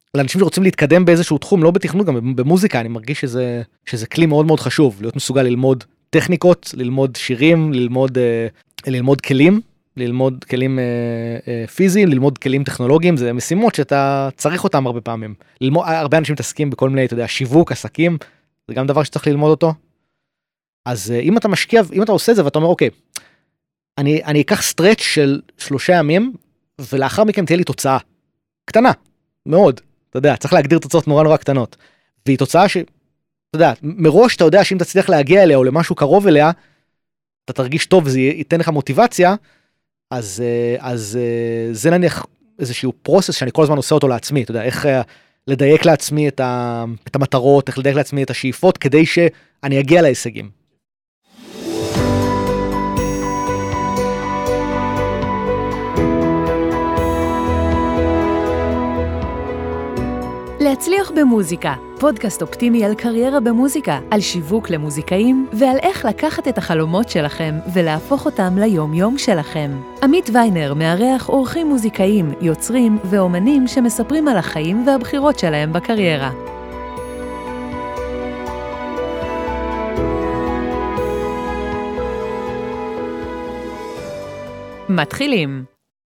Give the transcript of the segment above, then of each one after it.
לאנשים שרוצים להתקדם באיזשהו תחום, לא בתכנות, גם במוזיקה, אני מרגיש שזה כלי מאוד מאוד חשוב, להיות מסוגל ללמוד טכניקות, ללמוד שירים, ללמוד כלים, ללמוד כלים פיזיים, ללמוד כלים טכנולוגיים, זה משימות שאתה צריך אותם הרבה פעמים. הרבה אנשים מתעסקים בכל מיני, אתה יודע, שיווק, עסקים, זה גם דבר שצריך ללמוד אותו. אז אם אתה משקיע, אם אתה עושה את זה ואתה אומר, אוקיי, אני אקח סטרץ' של 3 ימים, ולאחר מכן תהיה לי תוצאה קטנה, מאוד. אתה יודע, צריך להגדיר תוצאות נורא נורא קטנות. והיא תוצאה אתה יודע, מראש אתה יודע שאם תצליח להגיע אליה או למשהו קרוב אליה, אתה תרגיש טוב וזה ייתן לך מוטיבציה, אז זה נניח איזשהו פרוסס שאני כל הזמן עושה אותו לעצמי, אתה יודע, איך לדייק לעצמי את המטרות, איך לדייק לעצמי את השאיפות, כדי שאני אגיע להישגים. להצליח במוזיקה, פודקאסט אופטימי על קריירה במוזיקה, על שיווק למוזיקאים ועל איך לקחת את החלומות שלכם ולהפוך אותם ליום-יום שלכם. עמית ויינר מארח אורחים מוזיקאים, יוצרים ואומנים שמספרים על החיים והבחירות שלהם בקריירה. מתחילים.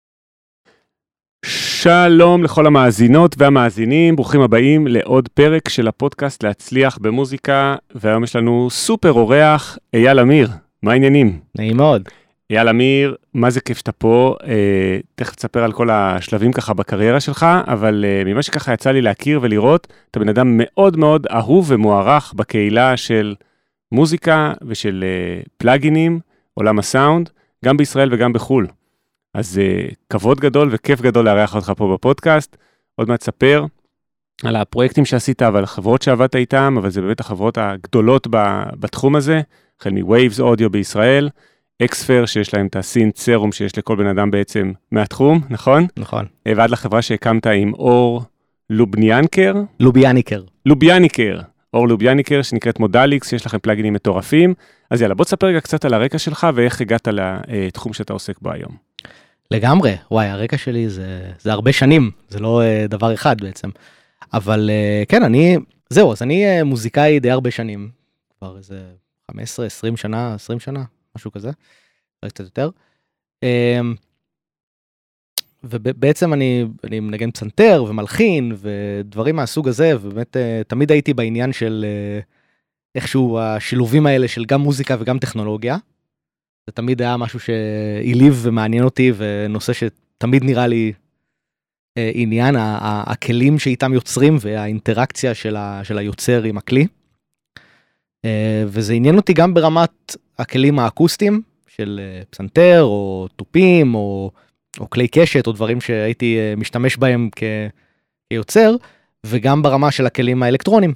שלום לכל המאזינות והמאזינים, ברוכים הבאים לעוד פרק של הפודקאסט להצליח במוזיקה, והיום יש לנו סופר אורח, אייל אמיר, מה העניינים? נעים מאוד. אייל אמיר, מה זה כיף שאתה פה, תכף תספר על כל השלבים ככה בקריירה שלך, אבל ממה שככה יצא לי להכיר ולראות, אתה בן אדם מאוד מאוד אהוב ומוערך בקהילה של מוזיקה ושל פלאגינים, עולם הסאונד, גם בישראל וגם בחול. אז כבוד גדול וכיף גדול לארח אותך פה בפודקאסט. עוד מעט ספר על הפרויקטים שעשית ועל החברות שעבדת איתם, אבל זה באמת החברות הגדולות בתחום הזה, החל מווייבס אודיו בישראל, אקספר שיש להם את הסינט סרום שיש לכל בן אדם בעצם מהתחום, נכון? נכון. ועד לחברה שהקמת עם אור לוביאניקר, אור לוביאניקר שנקראת מודליקס, שיש לכם פלאגינים מטורפים. אז יאללה, בוא תספר רגע קצת על הרקע שלך ואיך הגעת לתחום שאתה עוסק בו היום. לגמרי, וואי, הרקע שלי זה הרבה שנים, זה לא דבר אחד בעצם. אבל כן, אז אני מוזיקאי די הרבה שנים, כבר איזה 15, 20 שנה, 20 שנה, משהו כזה, קצת יותר. ובעצם אני מנגן פסנתר ומלחין ודברים מהסוג הזה, ובאמת תמיד הייתי בעניין של איכשהו השילובים האלה של גם מוזיקה וגם טכנולוגיה. זה תמיד היה משהו שהיליב ומעניין אותי, ונושא שתמיד נראה לי עניין, הכלים שאיתם יוצרים והאינטראקציה של היוצר עם הכלי. וזה עניין אותי גם ברמת הכלים האקוסטיים, של פסנתר או טופים או כלי קשת או דברים שהייתי משתמש בהם כיוצר, וגם ברמה של הכלים האלקטרונים.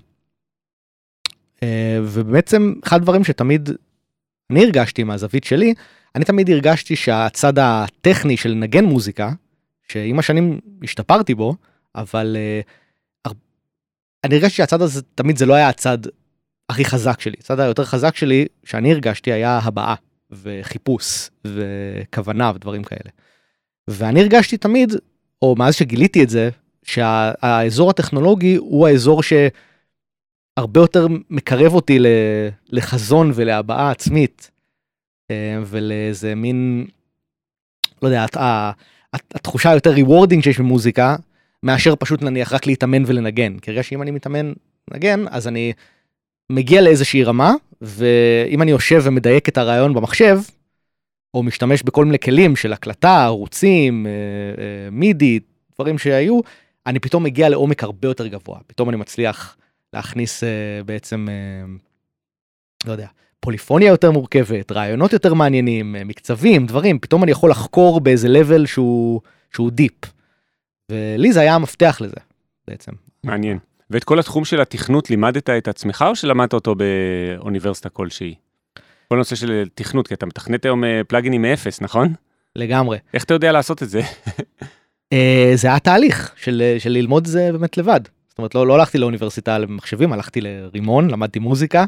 ובעצם אחד הדברים שתמיד אני הרגשתי מהזווית שלי, אני תמיד הרגשתי שהצד הטכני של נגן מוזיקה, שעם השנים השתפרתי בו, אבל אני הרגשתי שהצד הזה תמיד זה לא היה הצד הכי חזק שלי. הצד היותר חזק שלי שאני הרגשתי היה הבעה וחיפוש וכוונה ודברים כאלה. ואני הרגשתי תמיד, או מאז שגיליתי את זה, שהאזור הטכנולוגי הוא האזור הרבה יותר מקרב אותי לחזון ולהבעה עצמית, ולאיזה מין, לא יודע, התחושה היותר ריוורדינג שיש במוזיקה, מאשר פשוט נניח רק להתאמן ולנגן. כי הרגע שאם אני מתאמן לנגן, אז אני מגיע לאיזושהי רמה, ואם אני יושב ומדייק את הרעיון במחשב, או משתמש בכל מיני כלים של הקלטה, ערוצים, מידי, דברים שהיו, אני פתאום מגיע לעומק הרבה יותר גבוה. פתאום אני מצליח להכניס בעצם, לא יודע, פוליפוניה יותר מורכבת, רעיונות יותר מעניינים, מקצבים, דברים, פתאום אני יכול לחקור באיזה לבל שהוא דיפ. ולי זה היה המפתח לזה, בעצם. מעניין. ואת כל התחום של התכנות לימדת את עצמך, או שלמדת אותו באוניברסיטה כלשהי? כל נושא של תכנות, כי אתה מתכנת היום פלאגינים מאפס, נכון? לגמרי. איך אתה יודע לעשות את זה? זה היה תהליך של ללמוד זה באמת לבד. זאת אומרת, לא הלכתי לאוניברסיטה למחשבים, הלכתי לרימון, למדתי מוזיקה.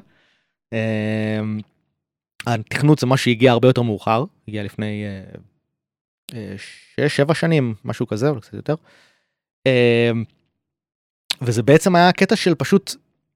התכנות זה מה שהגיע הרבה יותר מאוחר, הגיע לפני 6-7 שנים, משהו כזה, או קצת יותר. וזה בעצם היה קטע של פשוט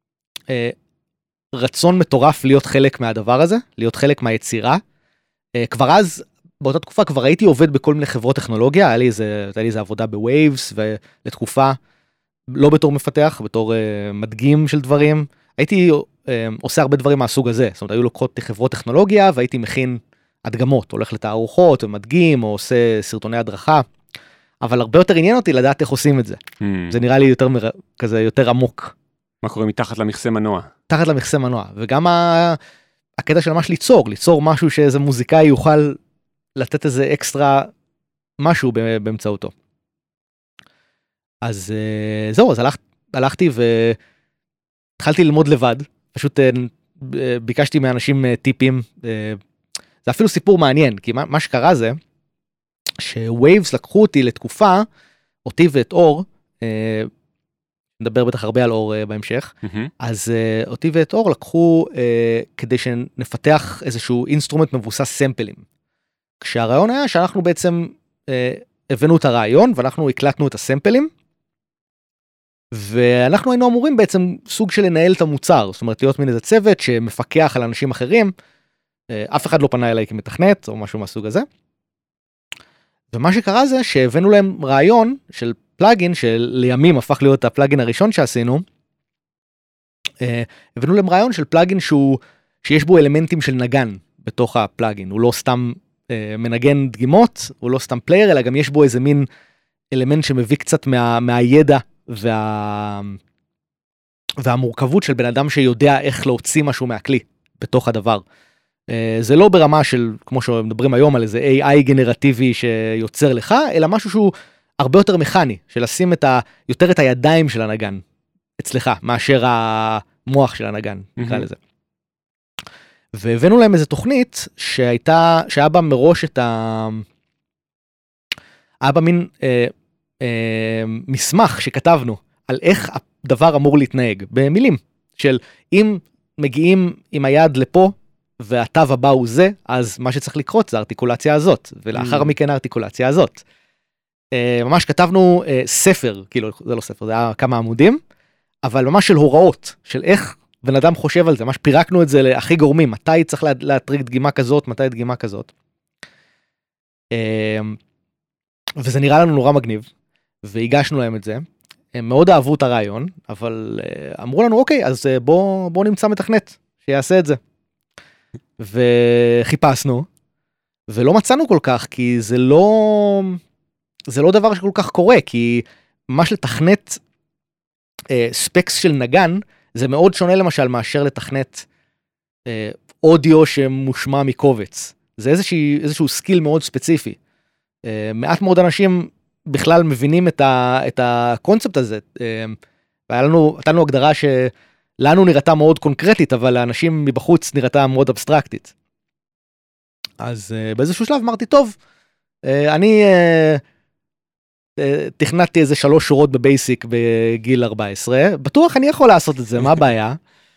רצון מטורף להיות חלק מהדבר הזה, להיות חלק מהיצירה. כבר אז, באותה תקופה, כבר הייתי עובד בכל מיני חברות טכנולוגיה, היה לי איזה עבודה בווייבס, ולתקופה, לא בתור מפתח, בתור מדגים של דברים. הייתי עושה הרבה דברים מהסוג הזה, זאת אומרת, היו לוקחות חברות טכנולוגיה, והייתי מכין הדגמות, הולך לתערוכות, ומדגים, או עושה סרטוני הדרכה, אבל הרבה יותר עניין אותי לדעת איך עושים את זה. זה נראה לי יותר כזה, יותר עמוק. מה קורה מתחת למכסה מנוע? תחת למכסה מנוע, וגם הקטע של ממש ליצור משהו שאיזה מוזיקאי יוכל לתת איזה אקסטרה משהו באמצעותו. אז זהו, אז הלכתי והתחלתי ללמוד לבד, פשוט ביקשתי מאנשים טיפים, זה אפילו סיפור מעניין, כי מה שקרה זה, שווייבס לקחו אותי לתקופה, אותי ואת אור, נדבר בטח הרבה על אור בהמשך, אז אותי ואת אור לקחו כדי שנפתח איזשהו אינסטרומנט מבוסס סמפלים. כשהרעיון היה שאנחנו בעצם הבאנו את הרעיון, ואנחנו הקלטנו את הסמפלים, ואנחנו היינו אמורים בעצם סוג של לנהל את המוצר, זאת אומרת להיות מין איזה צוות שמפקח על אנשים אחרים, אף אחד לא פנה אליי כמתכנת או משהו מהסוג הזה. ומה שקרה זה שהבאנו להם רעיון של פלאגין, שלימים הפך להיות הפלאגין הראשון שעשינו, הבאנו להם רעיון של פלאגין שיש בו אלמנטים של נגן בתוך הפלאגין, הוא לא סתם מנגן דגימות, הוא לא סתם פלייר, אלא גם יש בו איזה מין אלמנט שמביא קצת מהידע והמורכבות של בן אדם שיודע איך להוציא משהו מהכלי בתוך הדבר. זה לא ברמה של, כמו שמדברים היום, על איזה AI גנרטיבי שיוצר לך, אלא משהו שהוא הרבה יותר מכני, של לשים יותר את הידיים של הנגן אצלך, מאשר המוח של הנגן, נקרא לזה. והבאנו להם איזו תוכנית שהיה בה מראש היה בה מין מסמך שכתבנו על איך הדבר אמור להתנהג, במילים של אם מגיעים עם היד לפה, והתו הבא הוא זה, אז מה שצריך לקרות זה הארטיקולציה הזאת, ולאחר מכן הארטיקולציה הזאת. ממש כתבנו ספר, כאילו זה לא ספר, זה היה כמה עמודים, אבל ממש של הוראות, של איך בן אדם חושב על זה, ממש פירקנו את זה להכי גורמים, מתי צריך להטריג דגימה כזאת, מתי דגימה כזאת. וזה נראה לנו נורא מגניב, והגשנו להם את זה, הם מאוד אהבו את הרעיון, אבל אמרו לנו, אוקיי, אז בוא נמצא מתכנת שיעשה את זה. וחיפשנו, ולא מצאנו כל כך, כי זה לא דבר שכל כך קורה, כי ממש לתכנת ספקס של נגן, זה מאוד שונה למשל מאשר לתכנת אודיו שמושמע מקובץ. זה איזשהו סקיל מאוד ספציפי. מעט מאוד אנשים בכלל מבינים את הקונספט הזה. הייתה הגדרה שלנו נראתה מאוד קונקרטית, אבל לאנשים מבחוץ נראתה מאוד אבסטרקטית. אז באיזשהו שלב אמרתי, טוב, אני תכנתתי איזה 3 שורות בבייסיק בגיל 14, בטוח אני יכול לעשות את זה, מה הבעיה?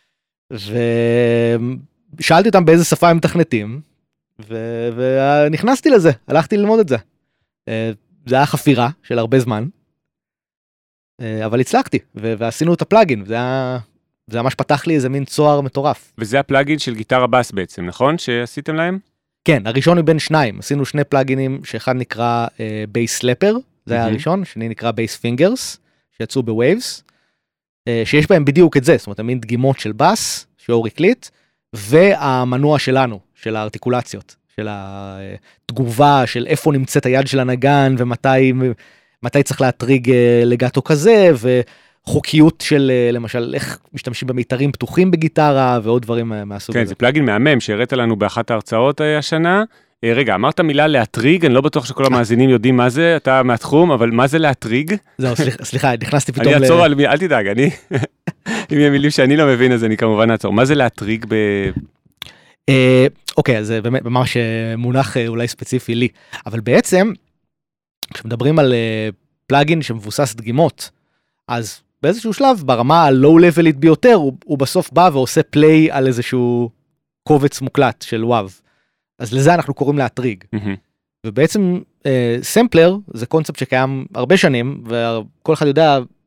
ושאלתי אותם באיזה שפה הם מתכנתים, ונכנסתי לזה, הלכתי ללמוד את זה. זה היה חפירה של הרבה זמן, אבל הצלחתי, ועשינו את הפלאגין, זה ממש פתח לי איזה מין צוהר מטורף. וזה הפלאגין של גיטרה בס בעצם, נכון? שעשיתם להם? כן, הראשון מבין 2, עשינו 2 פלאגינים, שאחד נקרא בייס סלפר, זה היה הראשון, שני נקרא בייס פינגרס, שיצאו בווייבס, שיש בהם בדיוק את זה, זאת אומרת, מין דגימות של בס, שאור הקליט, והמנוע שלנו, של הארטיקולציות, של התגובה, של איפה נמצאת היד של הנגן, ומתי צריך להטריג לגטו כזה, וחוקיות של, למשל, איך משתמשים במיתרים פתוחים בגיטרה, ועוד דברים מהסוג הזה. כן, זה פלאגין מהמם, שהראית לנו באחת ההרצאות השנה. רגע, אמרת מילה להטריג, אני לא בטוח שכל המאזינים יודעים מה זה, אתה מהתחום, אבל מה זה להטריג? זהו, סליחה, נכנסתי פתאום אני אעצור על מי, אל תדאג, אם יהיה מילים שאני לא מבין, אז אני כמובן אעצור. מה זה להטריג אוקיי, אז זה באמת ממש מונח אולי ספציפי לי, אבל בעצם, כשמדברים על פלאגין שמבוסס דגימות, אז באיזשהו שלב, ברמה הלואו-לבלית ביותר, הוא בסוף בא ועושה פליי על איזשהו קובץ מוקלט של וואו. אז לזה אנחנו קוראים להטריג. ובעצם סמפלר זה קונספט שקיים הרבה שנים, וכל אחד יודע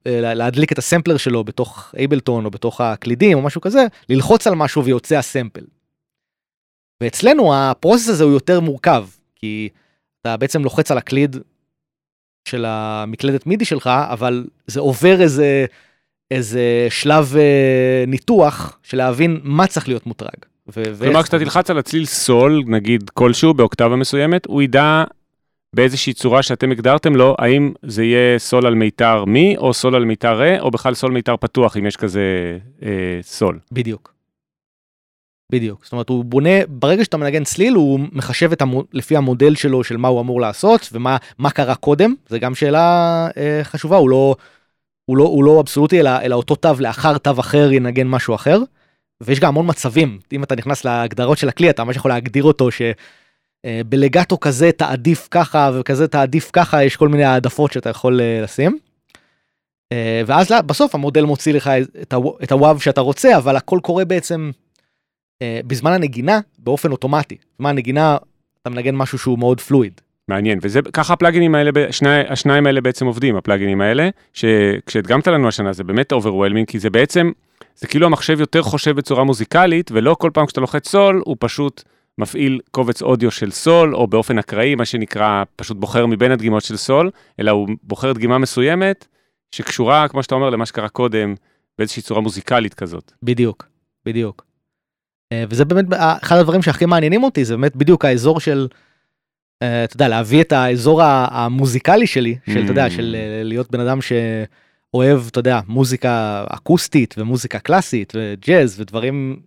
להדליק את הסמפלר שלו בתוך אייבלטון או בתוך הקלידים או משהו כזה, ללחוץ על משהו ויוצא הסמפל. ואצלנו הפרוסס הזה הוא יותר מורכב, כי אתה בעצם לוחץ על הקליד של המקלדת מידי שלך, אבל זה עובר איזה שלב ניתוח של להבין מה צריך להיות מוטרג. כלומר, כשאתה תלחץ על הצליל סול, נגיד כלשהו באוקטבה מסוימת, הוא ידע באיזושהי צורה שאתם הגדרתם לו, האם זה יהיה סול על מיתר מי, או סול על מיתר רה, או בכלל סול מיתר פתוח, אם יש כזה סול. בדיוק. זאת אומרת, הוא בונה, ברגע שאתה מנגן צליל, הוא מחשב לפי המודל שלו, של מה הוא אמור לעשות, ומה קרה קודם. זה גם שאלה חשובה, הוא לא אבסולוטי, אלא אותו תו לאחר תו אחר ינגן משהו אחר. ויש גם המון מצבים, אם אתה נכנס להגדרות של הכלי, אתה ממש יכול להגדיר אותו שבלגטו כזה תעדיף ככה, וכזה תעדיף ככה, יש כל מיני העדפות שאתה יכול לשים. ואז בסוף המודל מוציא לך את הוואב שאתה רוצה, אבל הכל קורה בעצם בזמן הנגינה באופן אוטומטי. בזמן הנגינה אתה מנגן משהו שהוא מאוד פלואיד. מעניין, וככה הפלאגינים האלה, השניים האלה בעצם עובדים, הפלאגינים האלה, שכשהדגמת לנו השנה זה באמת אוברוולמינג, כי זה בעצם, זה כאילו המחשב יותר חושב בצורה מוזיקלית, ולא כל פעם כשאתה לוחץ סול, הוא פשוט מפעיל קובץ אודיו של סול, או באופן אקראי, מה שנקרא, פשוט בוחר מבין הדגימות של סול, אלא הוא בוחר דגימה מסוימת, שקשורה, כמו שאתה אומר, למה שקרה קודם, באיזושהי צורה מוזיקלית כזאת. בדיוק. וזה באמת, אחד הדברים שהכי מעניינים אותי, זה באמת בדיוק האזור של, אתה יודע, להביא את האזור המוזיקלי שלי, של, אתה יודע, של להיות בן אדם שאוהב, אתה יודע, מוזיקה אקוסטית ומוזיקה קלאסית וג'אז ודברים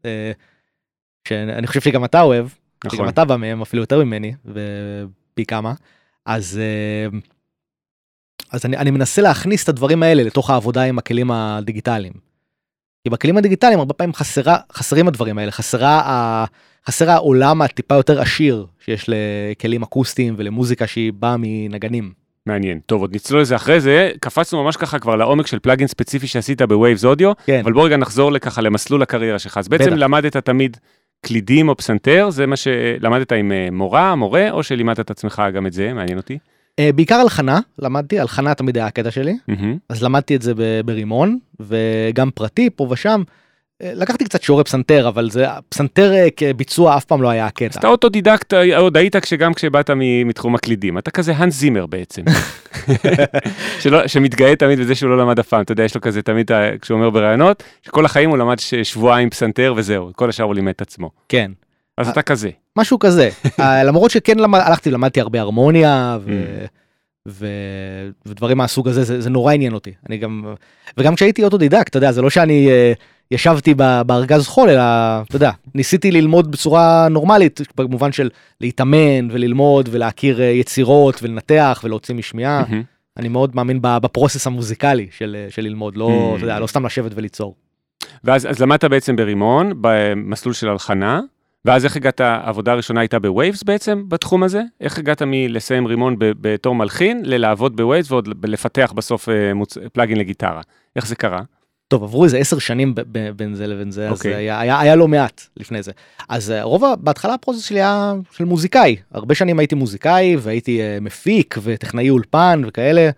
שאני חושב שגם אתה אוהב, נכון. שגם אתה בא מהם אפילו יותר ממני ופי כמה, אז אני מנסה להכניס את הדברים האלה לתוך העבודה עם הכלים הדיגיטליים. כי בכלים הדיגיטליים הרבה פעמים חסרים הדברים האלה, חסר העולם הטיפה יותר עשיר שיש לכלים אקוסטיים ולמוזיקה שהיא באה מנגנים. מעניין. טוב, עוד נצלול לזה אחרי זה, קפצנו ממש ככה כבר לעומק של פלאגין ספציפי שעשית בווייבס אודיו, כן. אבל בוא רגע נחזור לככה למסלול הקריירה שלך. אז בעצם למדת תמיד קלידים או פסנתר, זה מה שלמדת עם מורה, או שלימדת את עצמך גם את זה, מעניין אותי? בעיקר הלחנה, למדתי, הלחנה תמיד היה הקטע שלי, אז למדתי את זה ברימון, וגם פרטי, פה ושם, לקחתי קצת שיעורי פסנתר, אבל זה, פסנתר כביצוע אף פעם לא היה הקטע. אז אתה אוטודידקט, עוד היית גם כשבאת מתחום הקלידים, אתה כזה הנס זימר בעצם, שמתגאה תמיד בזה שהוא לא למד אף פעם, אתה יודע, יש לו כזה תמיד, כשהוא אומר ברעיונות, שכל החיים הוא למד שבועיים פסנתר וזהו, כל השאר הוא לימד את עצמו. כן. אז אתה כזה. משהו כזה, למרות שכן הלכתי, למדתי הרבה הרמוניה, ודברים מהסוג הזה, זה נורא עניין אותי. וגם כשהייתי אוטודידקט, אתה יודע, זה לא שאני ישבתי בארגז חול, אלא, אתה יודע, ניסיתי ללמוד בצורה נורמלית, במובן של להתאמן וללמוד ולהכיר יצירות ולנתח ולהוציא משמיעה. אני מאוד מאמין בפרוסס המוזיקלי של ללמוד, לא, אתה יודע, לא סתם לשבת וליצור. ואז למדת בעצם ברימון, במסלול של הלחנה, ואז איך הגעת, העבודה הראשונה הייתה בווייבס בעצם, בתחום הזה? איך הגעת מלסיים רימון בתור מלחין, ללעבוד בווייבס ועוד לפתח בסוף פלאגין לגיטרה? איך זה קרה? טוב, עברו איזה 10 שנים בין זה לבין זה, אז היה לא מעט לפני זה. אז בהתחלה הפרוסס שלי היה של מוזיקאי. הרבה שנים הייתי מוזיקאי, והייתי מפיק וטכנאי אולפן וכאלה,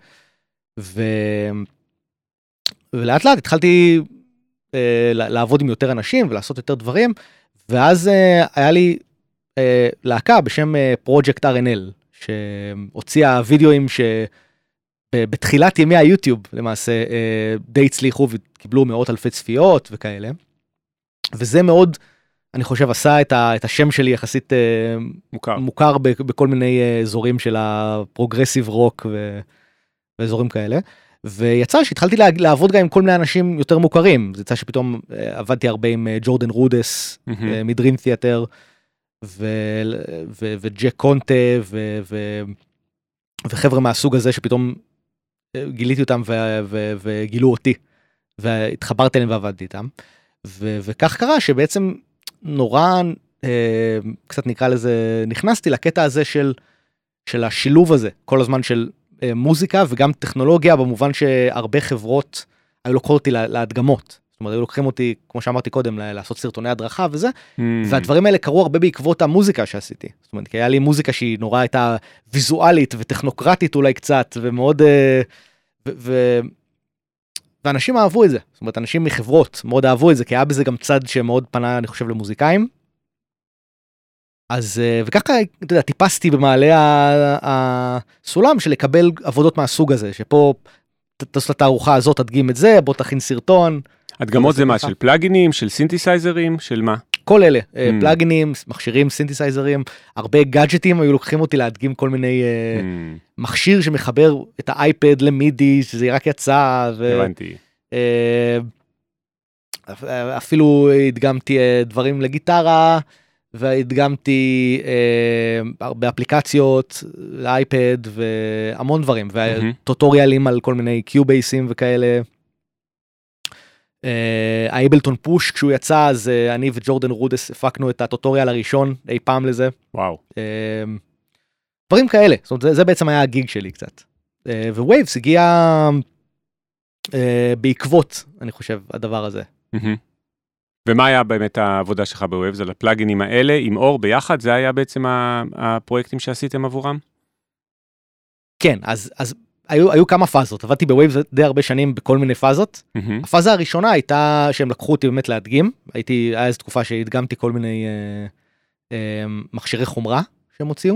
ולאט לאט התחלתי לעבוד עם יותר אנשים ולעשות יותר דברים, ואז היה לי להקה בשם פרויקט RNL, שהוציאה וידאוים שבתחילת ימי היוטיוב למעשה די הצליחו וקיבלו מאות אלפי צפיות וכאלה. וזה מאוד, אני חושב, עשה את השם שלי יחסית מוכר בכל מיני אזורים של הפרוגרסיב רוק ואזורים כאלה. ויצא שהתחלתי לעבוד גם עם כל מיני אנשים יותר מוכרים. זה יצא שפתאום עבדתי הרבה עם ג'ורדן רודס, מדרים תיאטר, וג'ק קונטה, וחבר'ה מהסוג הזה שפתאום גיליתי אותם וגילו אותי, והתחברתי אליהם ועבדתי איתם. וכך קרה שבעצם נורא, קצת נקרא לזה, נכנסתי לקטע הזה של השילוב הזה, כל הזמן של מוזיקה וגם טכנולוגיה, במובן שהרבה חברות היו לוקחות אותי להדגמות. זאת אומרת, היו לוקחים אותי, כמו שאמרתי קודם, לעשות סרטוני הדרכה וזה, והדברים האלה קרו הרבה בעקבות המוזיקה שעשיתי. זאת אומרת, כי היה לי מוזיקה שהיא נורא הייתה ויזואלית וטכנוקרטית אולי קצת, ומאוד, ואנשים אהבו את זה, זאת אומרת, אנשים מחברות מאוד אהבו את זה, כי היה בזה גם צד שמאוד פנה, אני חושב, למוזיקאים. אז, וככה, אתה יודע, טיפסתי במעלה הסולם של לקבל עבודות מהסוג הזה, שפה תעשו לתערוכה הזאת, תדגים את זה, בוא תכין סרטון. הדגמות זה מה? של פלאגינים, של סינתסייזרים, של מה? כל אלה, פלאגינים, מכשירים, סינתסייזרים, הרבה גאדג'טים, היו לוקחים אותי להדגים כל מיני מכשיר שמחבר את האייפד למידי, שזה רק יצא. הבנתי. אפילו הדגמתי דברים לגיטרה, והדגמתי באפליקציות, לאייפד, והמון דברים, וטוטוריאלים על כל מיני קיובייסים וכאלה. האבלטון פוש, כשהוא יצא, אז אני וג'ורדן רודס הפקנו את הטוטוריאל הראשון אי פעם לזה. וואו. דברים כאלה, זאת אומרת, זה בעצם היה הגיג שלי קצת. ווייבס הגיע בעקבות, אני חושב, הדבר הזה. ומה היה באמת העבודה שלך בווייבס, על הפלאגינים האלה, עם אור ביחד? זה היה בעצם הפרויקטים שעשיתם עבורם? כן, אז היו כמה פאזות, עבדתי בווייבס די הרבה שנים בכל מיני פאזות. הפאזה הראשונה הייתה שהם לקחו אותי באמת להדגים, היה איזו תקופה שהדגמתי כל מיני מכשירי חומרה שהם הוציאו.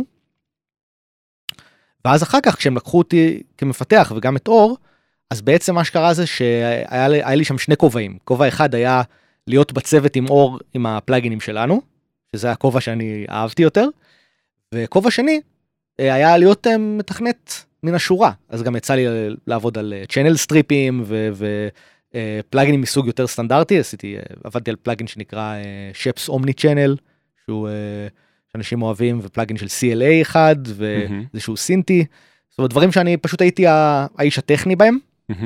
ואז אחר כך כשהם לקחו אותי כמפתח וגם את אור, אז בעצם מה שקרה זה שהיה לי שם שני כובעים. כובע אחד היה להיות בצוות עם אור עם הפלאגינים שלנו, שזה הכובע שאני אהבתי יותר, וכובע שני היה להיות מתכנת מן השורה, אז גם יצא לי לעבוד על צ'אנל סטריפים ופלאגינים מסוג יותר סטנדרטי, עבדתי על פלאגין שנקרא שפס אומני צ'אנל, שאנשים אוהבים, ופלאגין של CLA אחד, ואיזשהו סינטי, זאת אומרת דברים שאני פשוט הייתי האיש הטכני בהם,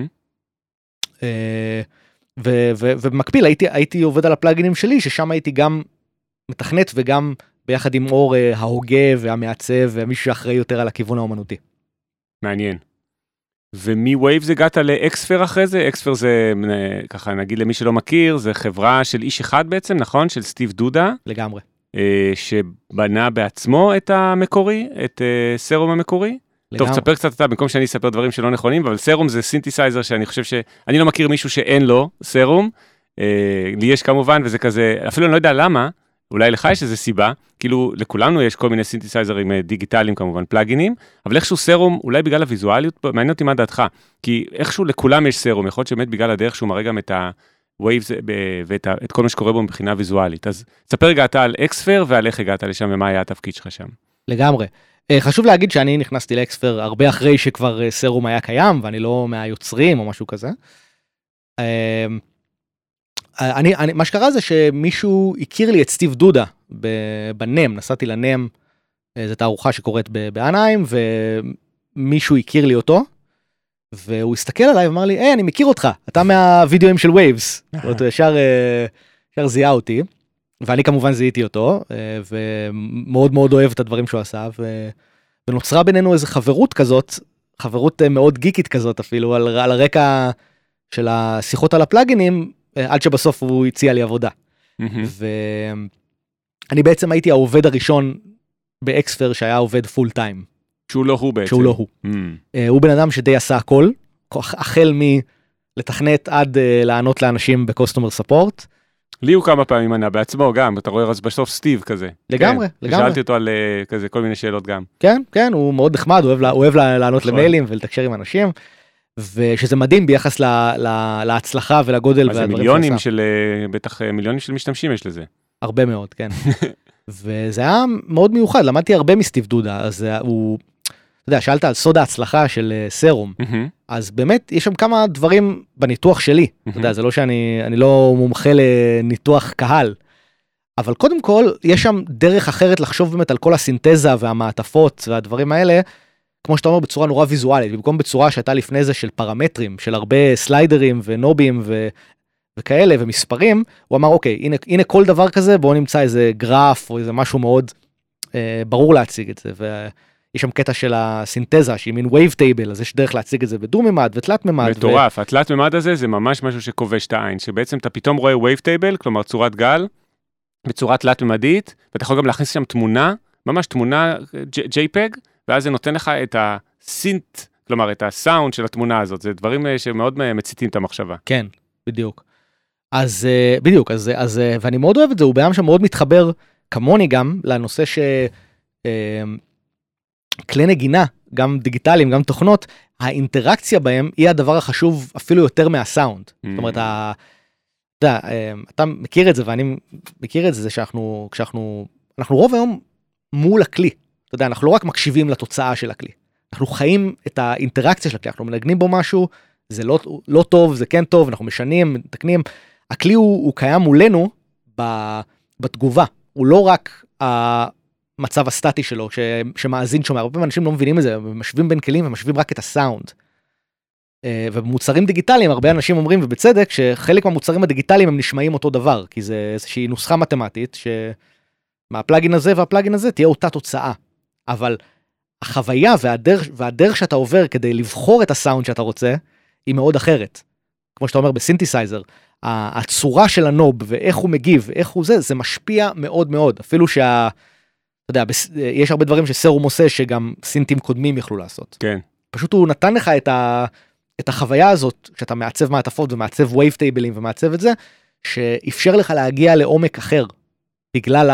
ובמקביל הייתי עובד על הפלאגינים שלי, ששם הייתי גם מתכנת וגם ביחד עם אור ההוגה והמעצב, ומישהו שאחראי יותר על הכיוון האומנותי. מעניין. ומווייבס הגעת לאקספר אחרי זה? אקספר זה, ככה נגיד למי שלא מכיר, זה חברה של איש אחד בעצם, נכון? של סטיב דודה. לגמרי. שבנה בעצמו את המקורי, את סרום המקורי. טוב, תספר קצת אתה, במקום שאני אספר דברים שלא נכונים, אבל סרום זה סינתסייזר שאני חושב שאני לא מכיר מישהו שאין לו סרום. לי יש כמובן, וזה כזה, אפילו אני לא יודע למה, אולי לך יש איזו סיבה, כאילו לכולנו יש כל מיני סינתסייזרים דיגיטליים כמובן, פלאגינים, אבל איכשהו סרום, אולי בגלל הוויזואליות, מעניין אותי מה דעתך, כי איכשהו לכולם יש סרום, יכול להיות שבאמת בגלל הדרך שהוא מראה גם את ה-waves ואת כל מה שקורה בו מבחינה ויזואלית. אז תספר רגע אתה על אקספר ועל איך הגעת לשם ומה היה התפקיד שלך שם. לגמרי. חשוב להגיד שאני נכנסתי לאקספר הרבה אחרי שכבר סרום היה קיים, ואני לא מהיוצרים או משהו כזה. מה שקרה זה שמישהו הכיר לי את סטיב דודה בנם, נסעתי לנם, זו תערוכה שקורית באנהיים, ומישהו הכיר לי אותו, והוא הסתכל עליי ואמר לי, היי, אני מכיר אותך, אתה מהווידאוים של ווייבס. הוא ישר זיהה אותי, ואני כמובן זיהיתי אותו, ומאוד מאוד אוהב את הדברים שהוא עשה, ונוצרה בינינו איזו חברות כזאת, חברות מאוד גיקית כזאת אפילו, על הרקע של השיחות על הפלאגינים, עד שבסוף הוא הציע לי עבודה. ואני בעצם הייתי העובד הראשון באקספר שהיה עובד פול טיים. שהוא לא הוא בעצם. שהוא לא הוא. הוא בן אדם שדי עשה הכל, החל מלתכנת עד לענות לאנשים בקוסטומר ספורט. לי הוא כמה פעמים ענה בעצמו גם, אתה רואה אז בסוף סטיב כזה. לגמרי, לגמרי. שאלתי אותו על כזה כל מיני שאלות גם. כן, כן, הוא מאוד נחמד, הוא אוהב לענות למיילים ולתקשר עם אנשים. ושזה מדהים ביחס להצלחה ולגודל. אז מיליונים של, בטח מיליונים של משתמשים יש לזה. הרבה מאוד, כן. וזה היה מאוד מיוחד, למדתי הרבה מסטיב דודה, אז הוא, אתה יודע, שאלת על סוד ההצלחה של סרום, אז באמת יש שם כמה דברים בניתוח שלי, אתה יודע, זה לא אני לא מומחה לניתוח קהל, אבל קודם כל, יש שם דרך אחרת לחשוב באמת על כל הסינתזה והמעטפות והדברים האלה, כמו שאתה אומר, בצורה נורא ויזואלית, במקום בצורה שהייתה לפני זה של פרמטרים, של הרבה סליידרים ונובים וכאלה ומספרים, הוא אמר, אוקיי, הנה כל דבר כזה, בואו נמצא איזה גרף או איזה משהו מאוד ברור להציג את זה, ויש שם קטע של הסינתזה, שהיא מין wave table, אז יש דרך להציג את זה בדו-ממד ותלת ממד. מטורף, התלת ממד הזה זה ממש משהו שכובש את העין, שבעצם אתה פתאום רואה wave table, כלומר צורת גל, בצורה תלת ממדית, ואתה יכול גם להכניס שם תמונה, ממש תמונה JPEG, ואז זה נותן לך את הסינט, כלומר, את הסאונד של התמונה הזאת, זה דברים שמאוד מציתים את המחשבה. כן, בדיוק. אז בדיוק, אז ואני מאוד אוהב את זה, הוא בעם שמאוד מתחבר כמוני גם לנושא כלי נגינה, גם דיגיטליים, גם תוכנות, האינטראקציה בהם היא הדבר החשוב אפילו יותר מהסאונד. זאת אומרת, אתה מכיר את זה, ואני מכיר את זה, כשאנחנו רוב היום מול הכלי. אתה יודע, אנחנו לא רק מקשיבים לתוצאה של הכלי. אנחנו חיים את האינטראקציה של הכלי, אנחנו מנגנים בו משהו, זה לא טוב, זה כן טוב, אנחנו משנים, מתקנים. הכלי הוא קיים מולנו בתגובה. הוא לא רק המצב הסטטי שלו, שמאזין שומע. הרבה פעמים אנשים לא מבינים את זה, משווים בין כלים ומשווים רק את הסאונד. ובמוצרים דיגיטליים, הרבה אנשים אומרים, ובצדק, שחלק מהמוצרים הדיגיטליים הם נשמעים אותו דבר, כי זה איזושהי נוסחה מתמטית, שמהפלאגין הזה והפלאגין הזה תהיה אותה תוצאה. אבל החוויה והדרך שאתה עובר כדי לבחור את הסאונד שאתה רוצה, היא מאוד אחרת. כמו שאתה אומר בסינתסייזר, הצורה של הנוב ואיך הוא מגיב, איך הוא זה משפיע מאוד מאוד. אפילו אתה יודע, יש הרבה דברים שסרום עושה שגם סינטים קודמים יכלו לעשות. כן. פשוט הוא נתן לך את החוויה הזאת, שאתה מעצב מעטפות ומעצב וייב טייבלים ומעצב את זה, שאפשר לך להגיע לעומק אחר, בגלל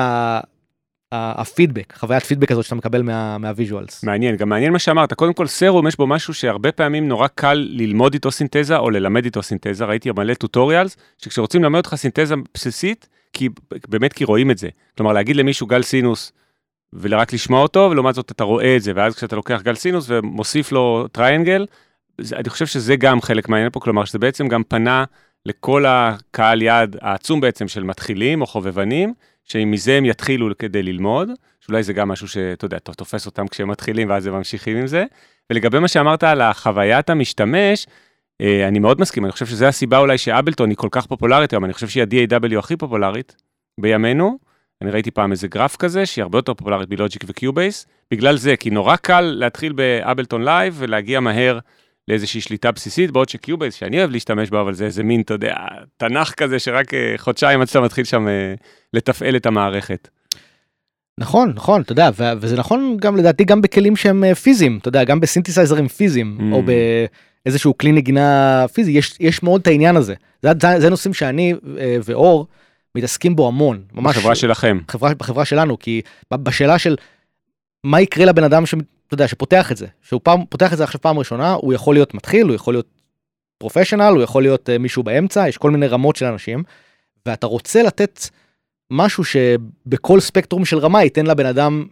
הפידבק, חוויית פידבק הזאת שאתה מקבל מהוויז'ואלס. מעניין, גם מעניין מה שאמרת. קודם כל, סרום יש בו משהו שהרבה פעמים נורא קל ללמוד איתו סינתזה, או ללמד איתו סינתזה. ראיתי מלא טוטוריאלס, שכשרוצים ללמד אותך סינתזה בסיסית, באמת כי רואים את זה. כלומר, להגיד למישהו גל סינוס, ורק לשמוע אותו, ולעומת זאת אתה רואה את זה, ואז כשאתה לוקח גל סינוס ומוסיף לו טריינגל, אני חושב שזה גם חלק מהעניין פה, כלומר שזה בעצם גם פנה לכל הקהל יד העצום בעצם של מתחילים או חובבנים, שמזה הם יתחילו כדי ללמוד, שאולי זה גם משהו שאתה יודע, תופס אותם כשהם מתחילים ואז הם ממשיכים עם זה, ולגבי מה שאמרת על החוויית המשתמש, אני מאוד מסכים, אני חושב שזה הסיבה אולי שאבלטון היא כל כך פופולרית היום, אני חושב שהיא ה-DAW הכי פופולרית בימינו, אני ראיתי פעם איזה גרף כזה, שהיא הרבה יותר פופולרית בלוג'יק וקיובייס, בגלל זה, כי נורא קל להתחיל באבלטון לייב, ולהגיע מהר לאיזושהי שליטה בסיסית, בעוד שקיובייס, שאני אוהב להשתמש בה, אבל זה איזה מין, אתה יודע, תנך כזה, שרק חודשיים עד שאתה מתחיל שם לתפעל את המערכת. נכון, נכון, אתה יודע, וזה נכון גם לדעתי, גם בכלים שהם פיזיים, אתה יודע, גם בסינתסייזרים פיזיים, או באיזשהו כלי נגינה פיזי, יש מאוד את העניין הזה. זה נושאים שאני ואור, מתעסקים בו המון. בחברה שלכם. בחברה שלנו, כי בשאלה של מה יקרה לבן אדם שאתה יודע, שפותח את זה, שהוא פותח את זה עכשיו פעם ראשונה, הוא יכול להיות מתחיל, הוא יכול להיות פרופשנל, הוא יכול להיות מישהו באמצע, יש כל מיני רמות של אנשים, ואתה רוצה לתת משהו שבכל ספקטרום של רמה ייתן לבן אדם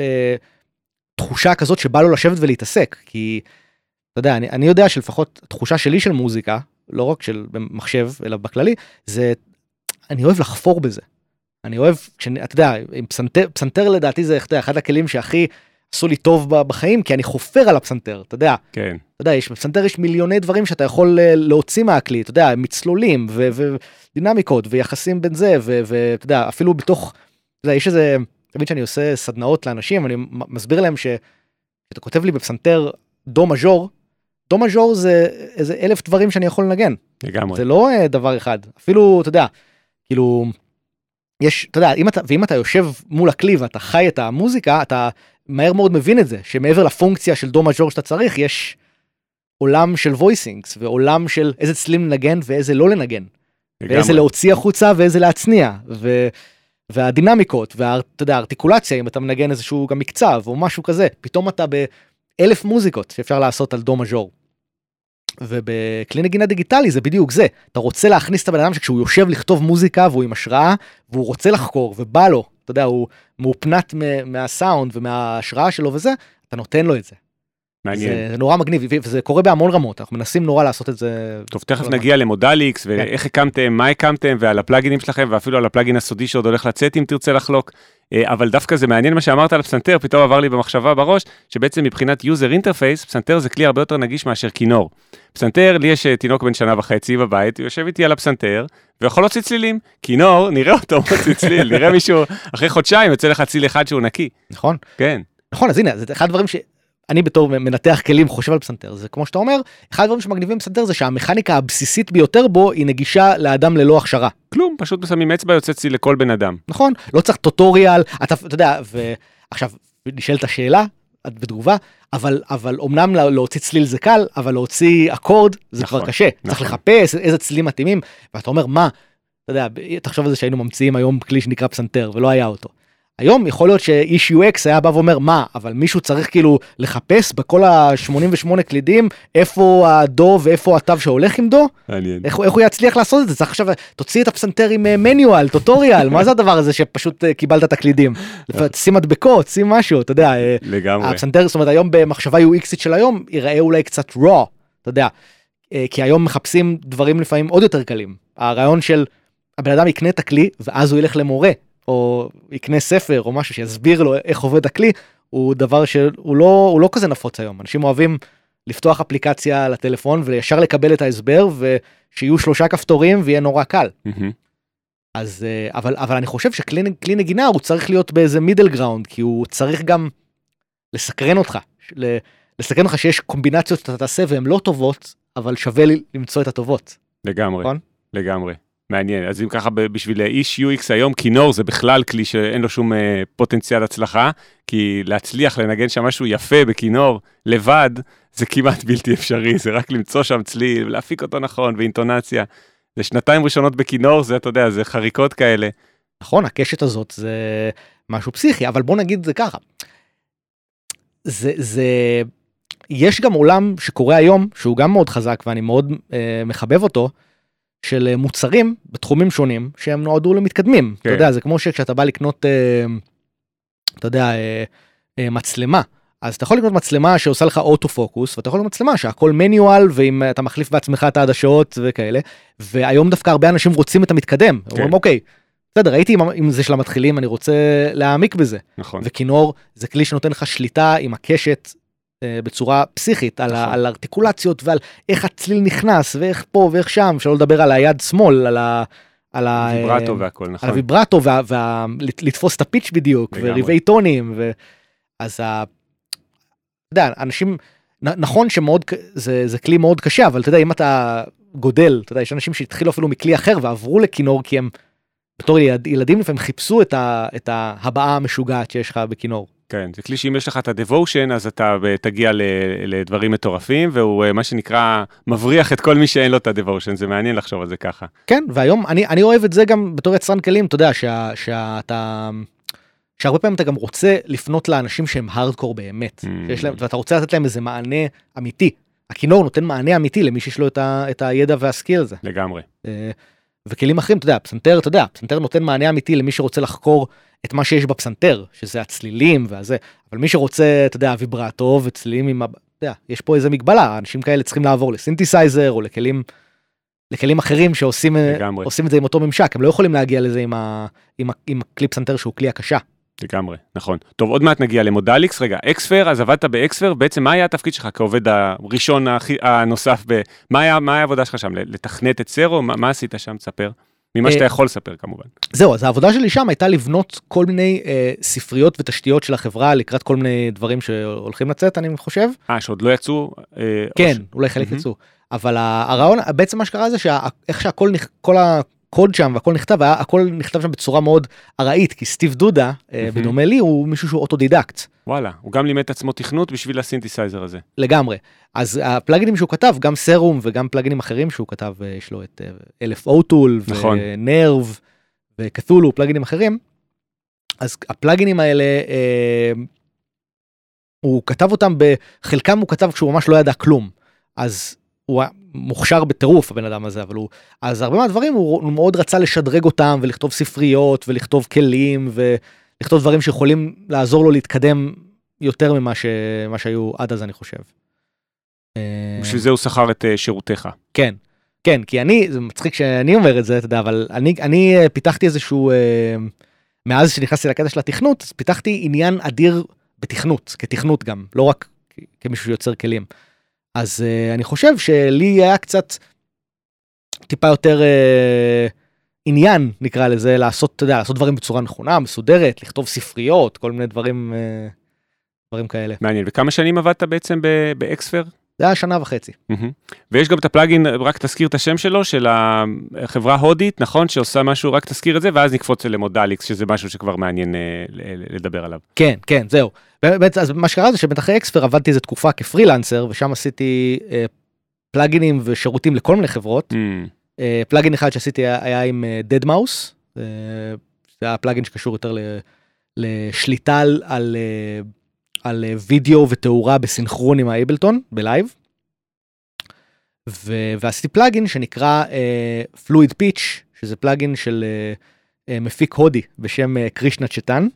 תחושה כזאת שבא לו לשבת ולהתעסק, כי אתה יודע, אני יודע שלפחות תחושה שלי של מוזיקה, לא רק של מחשב, אלא בכללי, זה אני אוהב לחפור בזה. אני אוהב, אתה יודע, פסנתר לדעתי זה אחד הכלים שהכי עשו לי טוב בחיים, כי אני חופר על הפסנתר, אתה יודע. כן. אתה יודע, בפסנתר יש מיליוני דברים שאתה יכול להוציא מהכלי, אתה יודע, מצלולים ודינמיקות ויחסים בין זה, ואתה יודע, אפילו בתוך, אתה יודע, יש איזה, תמיד שאני עושה סדנאות לאנשים, אני מסביר להם שאתה כותב לי בפסנתר דו מז'ור, דו מז'ור זה איזה 1000 דברים שאני יכול לנגן. לגמרי. זה לא דבר אחד. אפילו, אתה יודע, כאילו, יש, אתה יודע, ואם אתה יושב מול הכלי ואתה חי את המוזיקה, אתה מהר מאוד מבין את זה, שמעבר לפונקציה של דו מז'ור שאתה צריך, יש עולם של וויסינגס, ועולם של איזה צלילים לנגן ואיזה לא לנגן. לגמרי. ואיזה להוציא החוצה ואיזה להצניע, והדינמיקות, ואתה יודע, הארטיקולציה, אם אתה מנגן איזשהו גם מקצב, או משהו כזה, פתאום אתה ב1000 מוזיקות שאפשר לעשות על דו מז'ור. ובכלי נגינה דיגיטלי זה בדיוק זה. אתה רוצה להכניס את הבן אדם שכשהוא יושב לכתוב מוזיקה והוא עם השראה, והוא רוצה לחקור ובא לו, אתה יודע, הוא מאופנת מהסאונד ומההשראה שלו וזה, אתה נותן לו את זה. מעניין. זה נורא מגניב, וזה קורה בהמון רמות, אנחנו מנסים נורא לעשות את זה. טוב, תכף נגיע למודליקס, ואיך הקמתם, מה הקמתם, ועל הפלאגינים שלכם, ואפילו על הפלאגין הסודי שעוד הולך לצאת אם תרצה לחלוק. אבל דווקא זה מעניין מה שאמרת על הפסנתר, פתאום עבר לי במחשבה בראש, שבעצם מבחינת יוזר אינטרפייס, פסנתר זה כלי הרבה יותר נגיש מאשר כינור. פסנתר, לי יש תינוק בן 1.5 שנה בבית, הוא יושב איתי על הפסנתר, ויכול להוציא צלילים. כינור, נראה אותו מוציא צליל, נראה מישהו, אחרי חודשיים יוצא לך ציל אחד שהוא נקי. נכון. כן. נכון, אז הנה, זה אחד הדברים שאני בתור מנתח כלים חושב על פסנתר, זה כמו שאתה אומר, אחד הדברים שמגניבים פסנתר זה שהמכניקה הבסיסית ביותר בו היא נגישה לאדם ללא הכשרה. כלום, פשוט שמים אצבע יוצא ציל לכל בן אדם. נכון, לא צריך טוטוריאל, אתה יודע, ועכשיו נשאלת השאלה, את בתגובה, אבל אומנם להוציא צליל זה קל, אבל להוציא אקורד זה כבר קשה. צריך לחפש איזה צלילים מתאימים, ואתה אומר, מה? אתה יודע, תחשוב על זה שהיינו ממציאים היום כלי שנקרא פסנתר, ולא היה אותו. היום יכול להיות שאיש UX היה בא ואומר, מה? אבל מישהו צריך כאילו לחפש בכל ה-88 קלידים, איפה הדו ואיפה התו שהולך עם דו? איך הוא יצליח לעשות את זה? צריך עכשיו, תוציא את הפסנתר עם מניואל, טוטוריאל, מה זה הדבר הזה שפשוט קיבלת את הקלידים? שים מדבקות, שים משהו, אתה יודע. לגמרי. הפסנתר, זאת אומרת, היום במחשבה UXית של היום, ייראה אולי קצת raw, אתה יודע. כי היום מחפשים דברים לפעמים עוד יותר קלים. הרעיון של הבן אדם יקנה את הכלי, ואז הוא ילך למורה. או יקנה ספר או משהו שיסביר לו איך עובד הכלי, הוא דבר שהוא לא כזה נפוץ היום. אנשים אוהבים לפתוח אפליקציה לטלפון וישר לקבל את ההסבר, ושיהיו 3 כפתורים ויהיה נורא קל. אז, אבל אני חושב שכלי נגינה הוא צריך להיות באיזה מידל גראונד, כי הוא צריך גם לסקרן אותך, לסקרן אותך שיש קומבינציות שאתה תעשה והן לא טובות, אבל שווה למצוא את הטובות. לגמרי, לגמרי. מעניין, אז אם ככה בשביל איש UX היום, כינור זה בכלל כלי שאין לו שום פוטנציאל הצלחה, כי להצליח לנגן שם משהו יפה בכינור לבד, זה כמעט בלתי אפשרי, זה רק למצוא שם צליל, להפיק אותו נכון, ואינטונציה. זה 2 ראשונות בכינור, זה אתה יודע, זה חריקות כאלה. נכון, הקשת הזאת זה משהו פסיכי, אבל בוא נגיד זה ככה. יש גם עולם שקורה היום, שהוא גם מאוד חזק, ואני מאוד מחבב אותו, של מוצרים בתחומים שונים, שהם נועדו למתקדמים. אתה יודע, זה כמו שכשאתה בא לקנות, אתה יודע, מצלמה, אז אתה יכול לקנות מצלמה שעושה לך אוטו-פוקוס, ואתה יכול לקנות מצלמה שהכל מניואל, ואם אתה מחליף בעצמך את העדשות וכאלה, והיום דווקא הרבה אנשים רוצים את המתקדם. אומרים, אוקיי, בסדר, ראיתי עם זה של המתחילים, אני רוצה להעמיק בזה. נכון. וכינור זה כלי שנותן לך שליטה עם הקשת, בצורה פסיכית, על ארטיקולציות ועל איך הצליל נכנס, ואיך פה ואיך שם, שלא לדבר על היד שמאל, על הוויברטו והכל, נכון. על הוויברטו, ולתפוס את הפיץ' בדיוק, וריבי טונים, אז אתה יודע, אנשים, נכון זה כלי מאוד קשה, אבל אתה יודע, אם אתה גודל, אתה יודע, יש אנשים שהתחילו אפילו מכלי אחר, ועברו לכינור, כי הם, בתור ילדים לפעמים חיפשו את ההבעה המשוגעת שיש לך בכינור. כן, זה כלי שאם יש לך את ה-devotion, אז אתה תגיע לדברים מטורפים, והוא מה שנקרא מבריח את כל מי שאין לו את ה-devotion, זה מעניין לחשוב על זה ככה. כן, והיום אני אוהב את זה גם בתור יצרן כלים, אתה יודע, שהרבה פעמים אתה גם רוצה לפנות לאנשים שהם הארדקור באמת, ואתה רוצה לתת להם איזה מענה אמיתי. הכינור נותן מענה אמיתי למי שיש לו את הידע והסקיל הזה. לגמרי. וכלים אחרים, אתה יודע, פסנתר נותן מענה אמיתי למי שרוצה לחקור את מה שיש בפסנתר, שזה הצלילים והזה, אבל מי שרוצה, אתה יודע, ויברטו וצלילים עם, אתה יודע, יש פה איזה מגבלה, אנשים כאלה צריכים לעבור לסינתסייזר או לכלים אחרים שעושים את זה עם אותו ממשק, הם לא יכולים להגיע לזה עם הכלי פסנתר שהוא כלי הקשה. לגמרי, נכון. טוב, עוד מעט נגיע למודליקס, רגע, אקספר, אז עבדת באקספר, בעצם מה היה התפקיד שלך כעובד הראשון הנוסף, מה היה העבודה שלך שם? לתכנת את סרו? מה עשית שם? תספר. ממה שאתה יכול לספר כמובן. זהו, אז העבודה שלי שם הייתה לבנות כל מיני ספריות ותשתיות של החברה, לקראת כל מיני דברים שהולכים לצאת, אני חושב. שעוד לא יצאו? כן, אולי חלק יצאו. אבל הרעיון, בעצם מה שקרה זה שאיך שהכל, כל הקוד שם והכל נכתב, הכל נכתב שם בצורה מאוד ארעית, כי סטיב דודה, בדומה לי, הוא מישהו שהוא אוטודידקט. וואלה, הוא גם לימד עצמו תכנות בשביל הסינתסייזר הזה. לגמרי. אז הפלאגינים שהוא כתב, גם סרום וגם פלאגינים אחרים שהוא כתב, יש לו את 1000 אוטול ונרב וקתולו, פלאגינים אחרים. אז הפלאגינים האלה, הוא כתב אותם, בחלקם הוא כתב כשהוא ממש לא ידע כלום. אז הוא מוכשר בטירוף הבן אדם הזה, אבל אז הרבה מהדברים הוא מאוד רצה לשדרג אותם ולכתוב ספריות ולכתוב כלים ולכתוב דברים שיכולים לעזור לו להתקדם יותר ממה שהיו עד אז אני חושב. בשביל זה הוא שכר את שירותיך. כן, כן, כי זה מצחיק שאני אומר את זה, אתה יודע, אבל אני פיתחתי איזשהו, מאז שנכנסתי לקטע של התכנות, אז פיתחתי עניין אדיר בתכנות, כתכנות גם, לא רק כמישהו שיוצר כלים. אז אני חושב שלי היה קצת טיפה יותר עניין, נקרא לזה, לעשות דברים בצורה נכונה, מסודרת, לכתוב ספריות, כל מיני דברים כאלה. מעניין, וכמה שנים עבדת בעצם באקספר? זה היה שנה וחצי. ויש גם את הפלאגין, רק תזכיר את השם שלו, של החברה הודית, נכון? שעושה משהו, רק תזכיר את זה, ואז נקפוץ למודליקס, שזה משהו שכבר מעניין לדבר עליו. כן, כן, זהו. באמת, אז מה שקרה זה שבאמת אחרי אקספר עבדתי איזו תקופה כפרילנסר, ושם עשיתי פלאגינים ושירותים לכל מיני חברות. פלאגין אחד שעשיתי היה עם דדמאוס, זה היה פלאגין שקשור יותר לשליטה על וידאו ותאורה בסינכרון עם האבלטון, בלייב. ועשיתי פלאגין שנקרא Fluid Pitch, שזה פלאגין של מפיק הודי בשם קרישנה צ'טן,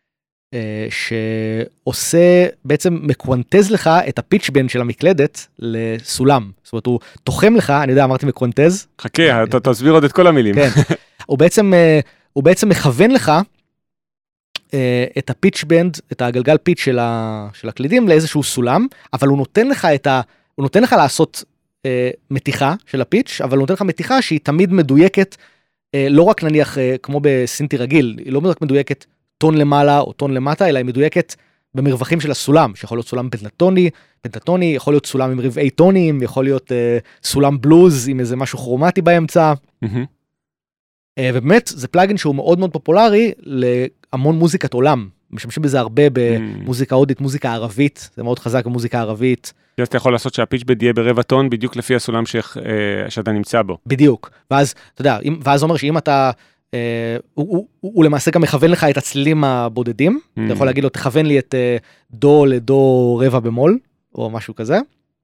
שעושה, בעצם מקוונטז לך את הפיץ' בנד של המקלדת לסולם. זאת אומרת, הוא תוחם לך, אני יודע, אמרתי מקוונטז. חכה, אתה תסביר עוד את כל המילים. כן, הוא בעצם מכוון לך את הפיץ' בנד, את הגלגל פיץ' של הקלידים לאיזשהו סולם, אבל הוא נותן לך לעשות מתיחה של הפיץ', אבל הוא נותן לך מתיחה שהיא תמיד מדויקת, לא רק נניח כמו בסינטי רגיל, היא לא רק מדויקת טון למעלה או טון למטה, אלא היא מדויקת במרווחים של הסולם, שיכול להיות סולם פנטטוני, יכול להיות סולם עם רבעי טונים, יכול להיות סולם בלוז עם איזה משהו כרומטי באמצע. ובאמת זה פלאגין שהוא מאוד מאוד פופולרי להמון מוזיקת עולם, משתמשים בזה הרבה במוזיקה הודית, מוזיקה ערבית, זה מאוד חזק במוזיקה ערבית. אז אתה יכול לעשות שהפיץ' יהיה ברבע טון בדיוק לפי הסולם שאתה נמצא בו. בדיוק, ואז אתה יודע, ואז אומר שאם אתה, הוא למעשה גם מכוון לך את הצלילים הבודדים, אתה יכול להגיד לו תכוון לי את דו לדו רבע במול, או משהו כזה.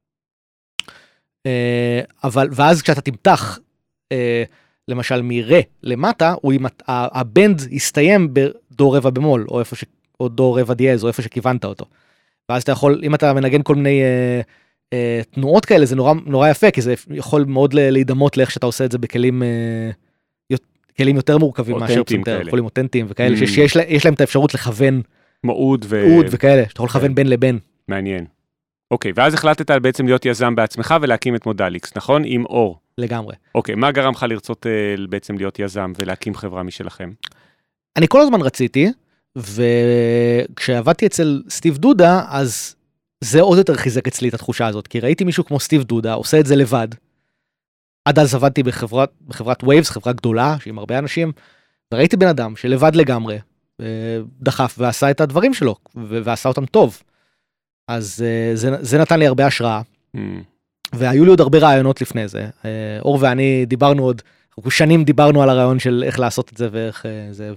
אבל, ואז כשאתה תמתח, למשל מרה למטה, הבנד יסתיים בדו רבע במול, או דו רבע דיאז, או איפה שכיוונת אותו. ואז אתה יכול, אם אתה מנגן כל מיני תנועות כאלה, זה נורא יפה, כי זה יכול מאוד להידמות לאיך שאתה עושה את זה בכלים יותר מורכבים מאשר פסנתר, יכולים אותנטיים וכאלה, שיש להם את האפשרות לכוון מעוד וכאלה, שאתה יכול לכוון בין לבין. מעניין. אוקיי, ואז החלטת בעצם להיות יזם בעצמך ולהקים את מודליקס, נכון? עם אור. לגמרי. אוקיי, מה גרם לך לרצות בעצם להיות יזם ולהקים חברה משלכם? אני כל הזמן רציתי, וכשעבדתי אצל סטיב דודה, אז זה עוד יותר חיזק אצלי את התחושה הזאת, כי ראיתי מישהו כמו סטיב דודה, עושה את זה לבד. עד אז עבדתי בחברת ווייבס, חברה גדולה, שעם הרבה אנשים, וראיתי בן אדם שלבד לגמרי, דחף ועשה את הדברים שלו, ועשה אותם טוב. אז זה נתן לי הרבה השראה, והיו לי עוד הרבה רעיונות לפני זה. אור ואני דיברנו עוד, שנים דיברנו על הרעיון של איך לעשות את זה ואיך זה,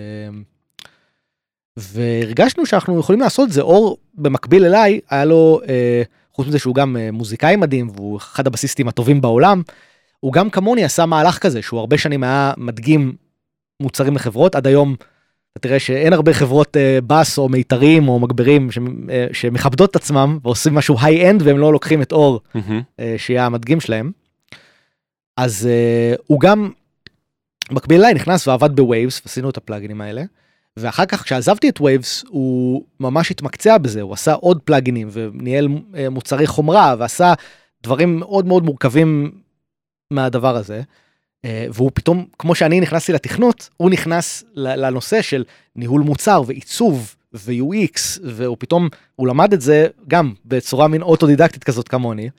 והרגשנו שאנחנו יכולים לעשות את זה. אור במקביל אליי, היה לו, חוץ מזה שהוא גם מוזיקאי מדהים, והוא אחד הבסיסטים הטובים בעולם, הוא גם כמוני עשה מהלך כזה, שהוא הרבה שנים היה מדגים מוצרים לחברות, עד היום אתה תראה שאין הרבה חברות בס או מיתרים או מגברים שמכבדות את עצמם ועושים משהו היי-אנד והם לא לוקחים את אור שיהיה המדגים שלהם. אז הוא גם מקביל אליי נכנס ועבד בווייבס ועשינו את הפלאגינים האלה, ואחר כך כשעזבתי את ווייבס הוא ממש התמקצע בזה, הוא עשה עוד פלאגינים וניהל מוצרי חומרה ועשה דברים מאוד מאוד מורכבים מהדבר הזה. והוא פתאום, כמו שאני נכנסתי לתכנות, הוא נכנס לנושא של ניהול מוצר ועיצוב ו-UX, והוא פתאום, הוא למד את זה גם בצורה מין אוטודידקטית כזאת כמוני,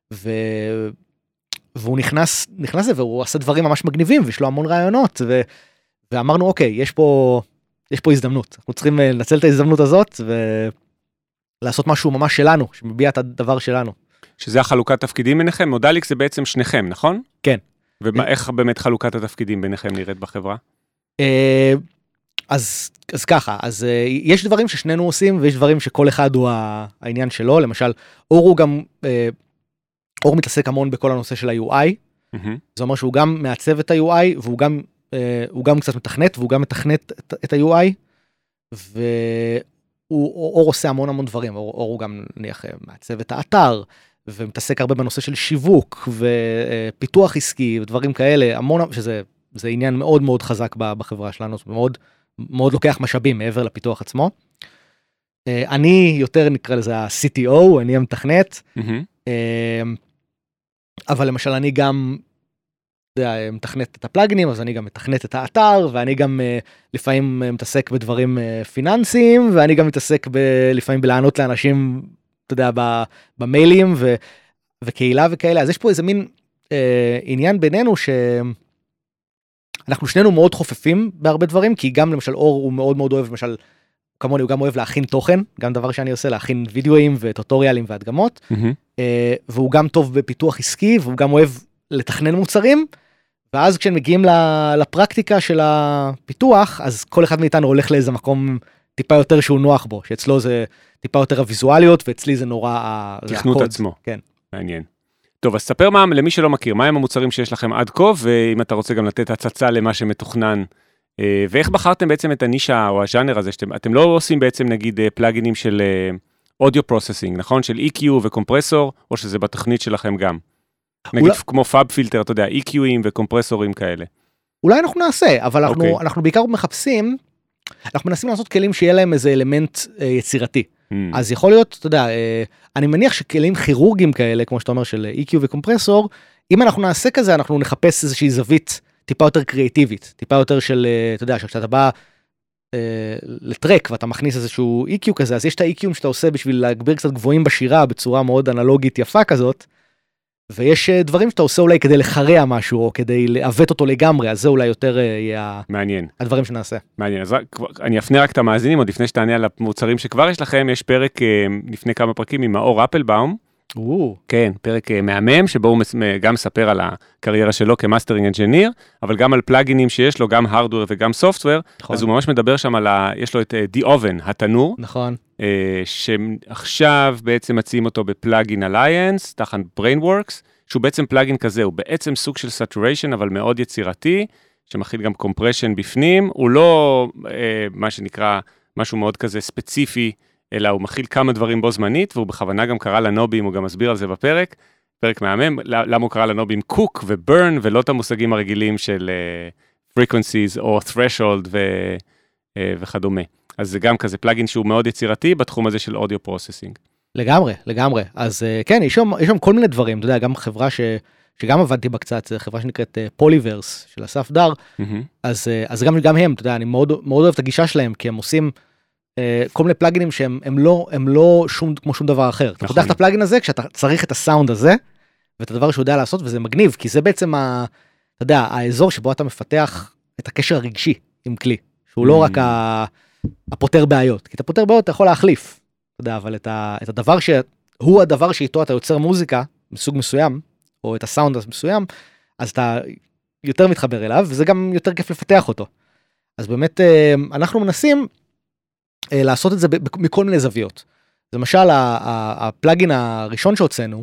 והוא נכנס לזה, והוא עשה דברים ממש מגניבים, ויש לו המון רעיונות, ואמרנו, אוקיי, יש פה הזדמנות, אנחנו צריכים לנצל את ההזדמנות הזאת, ולעשות משהו ממש שלנו, שמביע את הדבר שלנו. שזה החלוקת תפקידים ביניכם, מודליקס זה בעצם שניכם, נכון? כן. ואיך באמת חלוקת התפקידים ביניכם נראית בחברה? אז ככה, אז יש דברים ששנינו עושים, ויש דברים שכל אחד הוא העניין שלו, למשל, אור הוא גם, אור מתעסק המון בכל הנושא של ה-UI, זה אומר שהוא גם מעצב את ה-UI, והוא גם קצת מתכנת, והוא גם מתכנת את ה-UI, ואור עושה המון דברים, אור הוא גם נניח מעצב את האתר, ומתעסק הרבה בנושא של שיווק ופיתוח עסקי ודברים כאלה, המון, שזה עניין מאוד מאוד חזק בחברה שלנו, מאוד, מאוד לוקח משאבים מעבר לפיתוח עצמו. אני יותר נקרא לזה ה-CTO, אני המתכנת, אבל למשל אני גם מתכנת את הפלאגינים, אז אני גם מתכנת את האתר, ואני גם לפעמים מתעסק בדברים פיננסיים, ואני גם מתעסק לפעמים בלענות לאנשים אתה יודע, במיילים וקהילה וכאלה, אז יש פה איזה מין עניין בינינו שאנחנו שנינו מאוד חופפים בהרבה דברים, כי גם למשל אור הוא מאוד מאוד אוהב, למשל, כמוני הוא גם אוהב להכין תוכן, גם דבר שאני עושה, להכין וידאוים וטוטוריאלים והדגמות, והוא גם טוב בפיתוח עסקי, והוא גם אוהב לתכנן מוצרים, ואז כשמגיעים לפרקטיקה של הפיתוח, אז כל אחד מאיתנו הולך לאיזה מקום טיפה יותר שהוא נוח בו, שאצלו זה טיפה יותר הוויזואליות, ואצלי זה נורא תכנות עצמו. כן. מעניין. טוב, אז ספר למי שלא מכיר, מה הם המוצרים שיש לכם עד כה, ואם אתה רוצה גם לתת הצצה למה שמתוכנן, ואיך בחרתם בעצם את הנישה או הז'אנר הזה, אתם לא עושים בעצם נגיד פלאגינים של אודיו פרוססינג, נכון? של EQ וקומפרסור, או שזה בתוכנית שלכם גם? נגיד כמו פאב פילטר, אתה יודע, EQים וקומפרסורים כאלה. אולי אנחנו נעשה, אבל אנחנו בעיקר מחפשים, אנחנו מנסים לעשות כלים שיהיה להם איזה אלמנט יצירתי. אז יכול להיות, אתה יודע, אני מניח שכלים כירורגיים כאלה, כמו שאתה אומר, של EQ וקומפרסור, אם אנחנו נעשה כזה, אנחנו נחפש איזושהי זווית טיפה יותר קריאטיבית, טיפה יותר של, אתה יודע, כשאתה בא לטרק ואתה מכניס איזשהו EQ כזה, אז יש את ה-EQ שאתה עושה בשביל להגביר קצת גבוהים בשירה, בצורה מאוד אנלוגית יפה כזאת, ויש דברים שאתה עושה אולי כדי לחרע משהו, או כדי לעוות אותו לגמרי, אז זה אולי יותר יהיה הדברים שנעשה. מעניין, אז אני אפנה רק את המאזינים, עוד לפני שתענה על המוצרים שכבר יש לכם, יש פרק לפני כמה פרקים עם מאור אפלבאום, כן, פרק מהמם, שבו הוא גם מספר על הקריירה שלו כמאסטרינג אנג'יניר, אבל גם על פלאגינים שיש לו, גם הארדוור וגם סופטוור, אז הוא ממש מדבר שם על, יש לו את The Oven, התנור, נכון. שעכשיו בעצם מציעים אותו בפלאגין Alliance, תחת BrainWorks, שהוא בעצם פלאגין כזה, הוא בעצם סוג של saturation, אבל מאוד יצירתי, שמכיל גם compression בפנים, הוא לא מה שנקרא משהו מאוד כזה ספציפי, אלא הוא מכיל כמה דברים בו זמנית, והוא בכוונה גם קרא לנובים, הוא גם מסביר על זה בפרק, פרק מהמם, למה הוא קרא לנובים cook ו-burn, ולא את המושגים הרגילים של frequencies או threshold וכדומה. אז זה גם כזה פלאגין שהוא מאוד יצירתי, בתחום הזה של אודיו פרוססינג. לגמרי, לגמרי. אז כן, יש שם כל מיני דברים, אתה יודע, גם חברה שגם עבדתי בה קצת, זו חברה שנקראת פוליברס, של אסף דר, אז גם הם, אתה יודע, אני מאוד אוהב את הגישה שלהם, כי הם עושים כל מיני פלאגינים שהם לא כמו שום דבר אחר. אתה פותח את הפלאגין הזה כשאתה צריך את הסאונד הזה, ואת הדבר שהוא יודע לעשות, וזה מגניב, כי זה בעצם, אתה יודע, האזור שבו אתה מפתח את הקשר הרגשי עם כלי, שהוא לא רק הפותר בעיות, כי את הפותר בעיות אתה יכול להחליף, אתה יודע, אבל את הדבר שהוא הדבר שאיתו אתה יוצר מוזיקה מסוג מסוים, או את הסאונד המסוים, אז אתה יותר מתחבר אליו, וזה גם יותר כיף לפתח אותו. אז באמת, אנחנו מנסים לעשות את זה מכל מיני זוויות. למשל, הפלאגין הראשון שהוצאנו,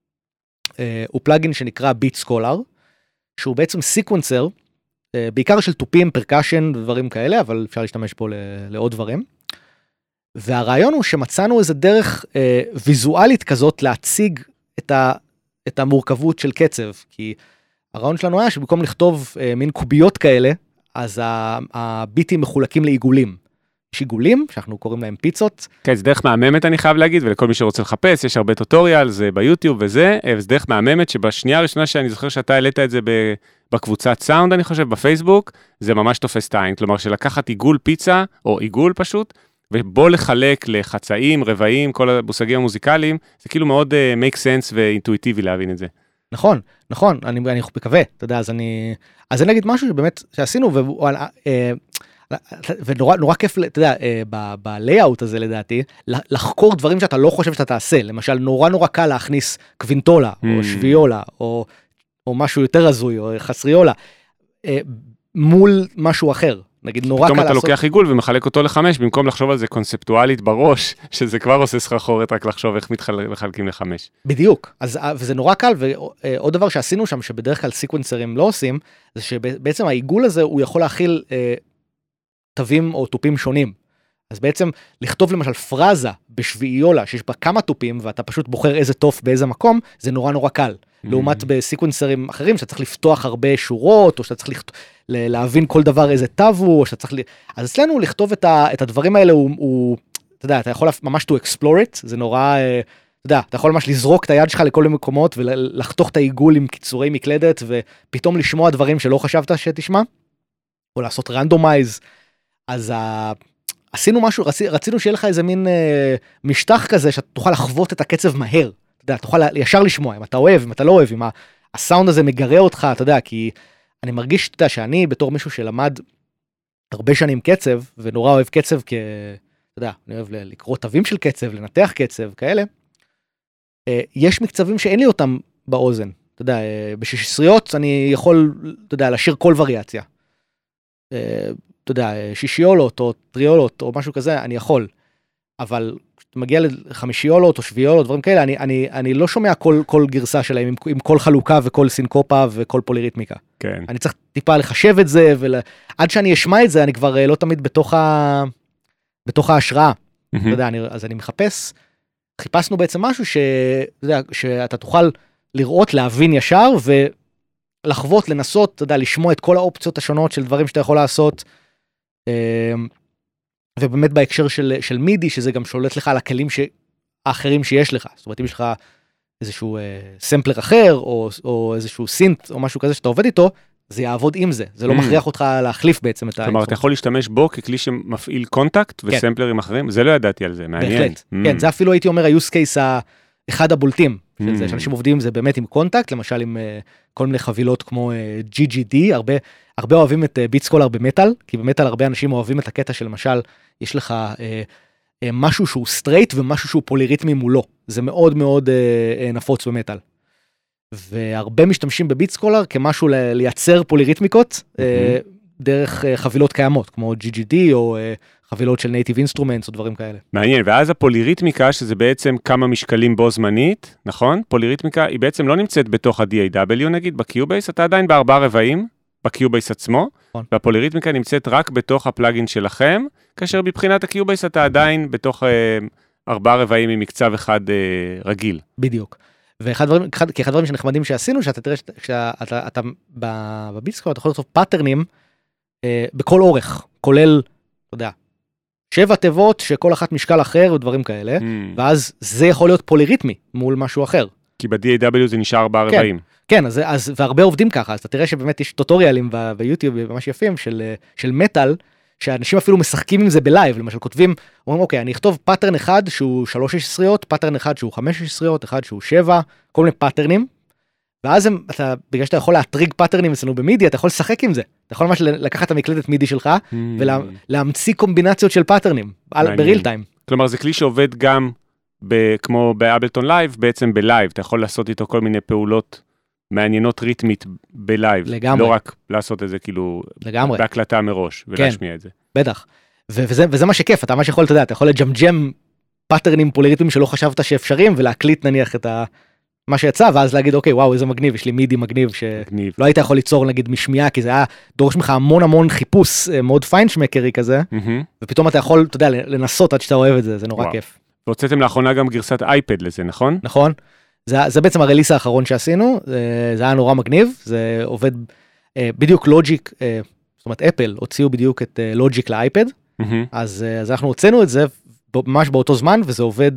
הוא פלאגין שנקרא Beat Scholar, שהוא בעצם סיקוונסר, בעיקר של טופים, פרקשן ודברים כאלה, אבל אפשר להשתמש פה לעוד דברים. והרעיון הוא שמצאנו איזה דרך ויזואלית כזאת להציג את המורכבות של קצב, כי הרעיון שלנו היה שבמקום לכתוב מין קוביות כאלה, אז הביטים מחולקים לעיגולים. יש עיגולים, שאנחנו קוראים להם פיצות. כן, זה דרך מהממת אני חייב להגיד, ולכל מי שרוצה לחפש, יש הרבה טוטוריאל, זה ביוטיוב וזה דרך מהממת, שבשנייה הראשונה שאני זוכר שאתה העלית את זה בקבוצת סאונד, אני חושב, בפייסבוק, זה ממש תופס טיים, כלומר שלקחת עיגול פיצה, או עיגול פשוט, ובו לחלק לחצאים, רבעים, כל המושגים המוזיקליים, זה מאוד make sense ואינטואיטיבי להבין את זה. נכון, נכון, אני מקווה, אתה יודע, אז אני אגיד משהו שבאמת שעשינו, ונורא כיף, אתה יודע, בלייאוט הזה לדעתי, לחקור דברים שאתה לא חושב שאתה תעשה, למשל נורא קל להכניס קווינטולה, או שביולה, או משהו יותר הזוי, או חסריולה, מול משהו אחר. נגיד נורא קל לעשות. פתאום אתה לוקח עיגול ומחלק אותו ל5, במקום לחשוב על זה קונספטואלית בראש, שזה כבר עושה סחרחורת רק לחשוב איך מחלקים ל5. בדיוק, וזה נורא קל, ועוד דבר שעשינו שם, שבדרך כלל סיקוונסרים לא עושים, זה שבעצם העיגול הזה, הוא יכול להכיל תווים או טופים שונים. אז בעצם לכתוב למשל פרזה בשביעיולה, שיש בה כמה טופים, ואתה פשוט בוחר איזה טוף באיזה מקום, זה נורא קל. לעומת בסיקוונסרים אחרים, שאתה צריך לפתוח הרבה שורות, או שאתה צריך להבין כל דבר איזה תו הוא, או שאתה צריך... אז אצלנו לכתוב את הדברים האלה, אתה יודע, אתה יכול ממש to explore it, זה נורא, אתה יודע, אתה יכול ממש לזרוק את היד שלך לכל מיני מקומות, ולחתוך את העיגול עם קיצורי מקלדת, ופתאום לשמוע דברים שלא חשבת שתשמע, או לעשות randomize. אז עשינו משהו, רצינו שיהיה לך איזה מין משטח כזה, שאתה תוכל לחוות את הקצב מהר, אתה יודע, תוכל ישר לשמוע, אם אתה אוהב, אם אתה לא אוהב, אם הסאונד הזה מגרה אותך, אתה יודע, כי אני מרגיש, אתה יודע, שאני בתור מישהו שלמד הרבה שנים קצב, ונורא אוהב קצב אתה יודע, אני אוהב לקרוא תווים של קצב, לנתח קצב, כאלה, יש מקצבים שאין לי אותם באוזן, אתה יודע, בשישיות אני יכול, אתה יודע, לשיר כל וריאציה. אתה יודע, שישיולות או טריולות או משהו כזה, אני יכול. אבל כשאתה מגיע לחמישיולות או שביעולות, דברים כאלה, אני לא שומע כל גרסה שלהם עם כל חלוקה וכל סינקופה וכל פוליריתמיקה. כן. אני צריך טיפה לחשב את זה, עד שאני אשמע את זה, אני כבר לא תמיד בתוך ההשראה. אתה יודע, אז אני חיפשנו בעצם משהו שאתה תוכל לראות, להבין ישר, ולחוות, לנסות, אתה יודע, לשמוע את כל האופציות השונות של דברים שאתה יכול לעשות, ובאמת בהקשר של מידי, שזה גם שולט לך על הכלים האחרים שיש לך. זאת אומרת, אם יש לך איזשהו סמפלר אחר, או איזשהו סינט, או משהו כזה שאתה עובד איתו, זה יעבוד עם זה. זה לא מכריח אותך להחליף בעצם את כלומר, אתה יכול להשתמש בו ככלי שמפעיל קונטקט וסמפלרים אחרים? זה לא ידעתי על זה, מעניין. בהחלט. כן, זה אפילו הייתי אומר, ה-use case אחד הבולטים של זה, שאנשים עובדים זה באמת עם קונטקט, למשל עם כל מיני חבילות כמו GGD, הרבה אוהבים את ביטסקולר במטל, כי במטל הרבה אנשים אוהבים את הקטע של למשל, יש לך משהו שהוא סטרייט ומשהו שהוא פוליריתמי מולו. זה מאוד מאוד נפוץ במטל. והרבה משתמשים בביטסקולר כמשהו לייצר פוליריתמיקות דרך חבילות קיימות, כמו GGD או חבילות של Native Instruments או דברים כאלה. מעניין, ואז הפוליריתמיקה, שזה בעצם כמה משקלים בו זמנית, נכון? פוליריתמיקה היא בעצם לא נמצאת בתוך ה-DAW נגיד, בקיובייס, אתה עדיין בארבעה רבעים, בקיובייס עצמו, והפוליריתמיקה נמצאת רק בתוך הפלאגין שלכם, כאשר בבחינת הקיובייס אתה עדיין בתוך 4 רבעים עם מקצב אחד רגיל. בדיוק. ואחד הדברים שנחמדים שעשינו, שאתה תראה שאתה בביטסקולר, אתה יכול לכתוב פאטרנים בכל אורך, כולל, אתה יודע, 7 תיבות שכל אחת משקל אחר ודברים כאלה, ואז זה יכול להיות פוליריתמי מול משהו אחר. כי ב-DAW זה נשאר 4 רבעים. כן, והרבה עובדים ככה, אז אתה תראה שבאמת יש טוטוריאלים ביוטיוב ממש יפים של מטל, שאנשים אפילו משחקים עם זה בלייב, למשל כותבים, אומרים אוקיי, אני אכתוב פאטרן אחד שהוא 3 16יות, פאטרן אחד שהוא 5 16יות, אחד שהוא 7, כל מיני פאטרנים, ואז בגלל שאתה יכול להטריג פאטרנים אצלנו במידי, אתה יכול לשחק עם זה, אתה יכול ממש לקחת את המקלדת מידי שלך, ולהמציא קומבינציות של פאטרנים, בריל טיים. כלומר, זה כלי שעובד גם, כמו באבלטון לייב, בעצם בלייב, אתה יכול לעשות איתו כל מיני פעולות, מעניינות ריתמית בלייב, לגמרי. לא רק לעשות את זה כאילו לגמרי. בהקלטה מראש ולהשמיע את זה. בטח, וזה מה שכיף, אתה ממש יכול, אתה יודע, אתה יכול לג'מג'ם פאטרנים פוליריתמיים שלא חשבת שאפשריים, ולהקליט נניח את מה שיצא, ואז להגיד אוקיי, וואו, איזה מגניב, יש לי מידי מגניב, שלא היית יכול ליצור נגיד משמיעה, כי זה היה דורש ממך המון חיפוש, מאוד פיינשמקרי כזה, ופתאום אתה יכול, אתה יודע, לנסות עד שאתה אוהב את זה, זה נורא כיף. והוצאתם לאחרונה גם גרסת אייפד לזה, נכון? נכון. זה בעצם הרליס האחרון שעשינו, זה היה נורא מגניב, זה עובד בדיוק לוג'יק, זאת אומרת אפל הוציאו בדיוק את לוג'יק לאייפד, אז אנחנו הוצאנו את זה ממש באותו זמן, וזה עובד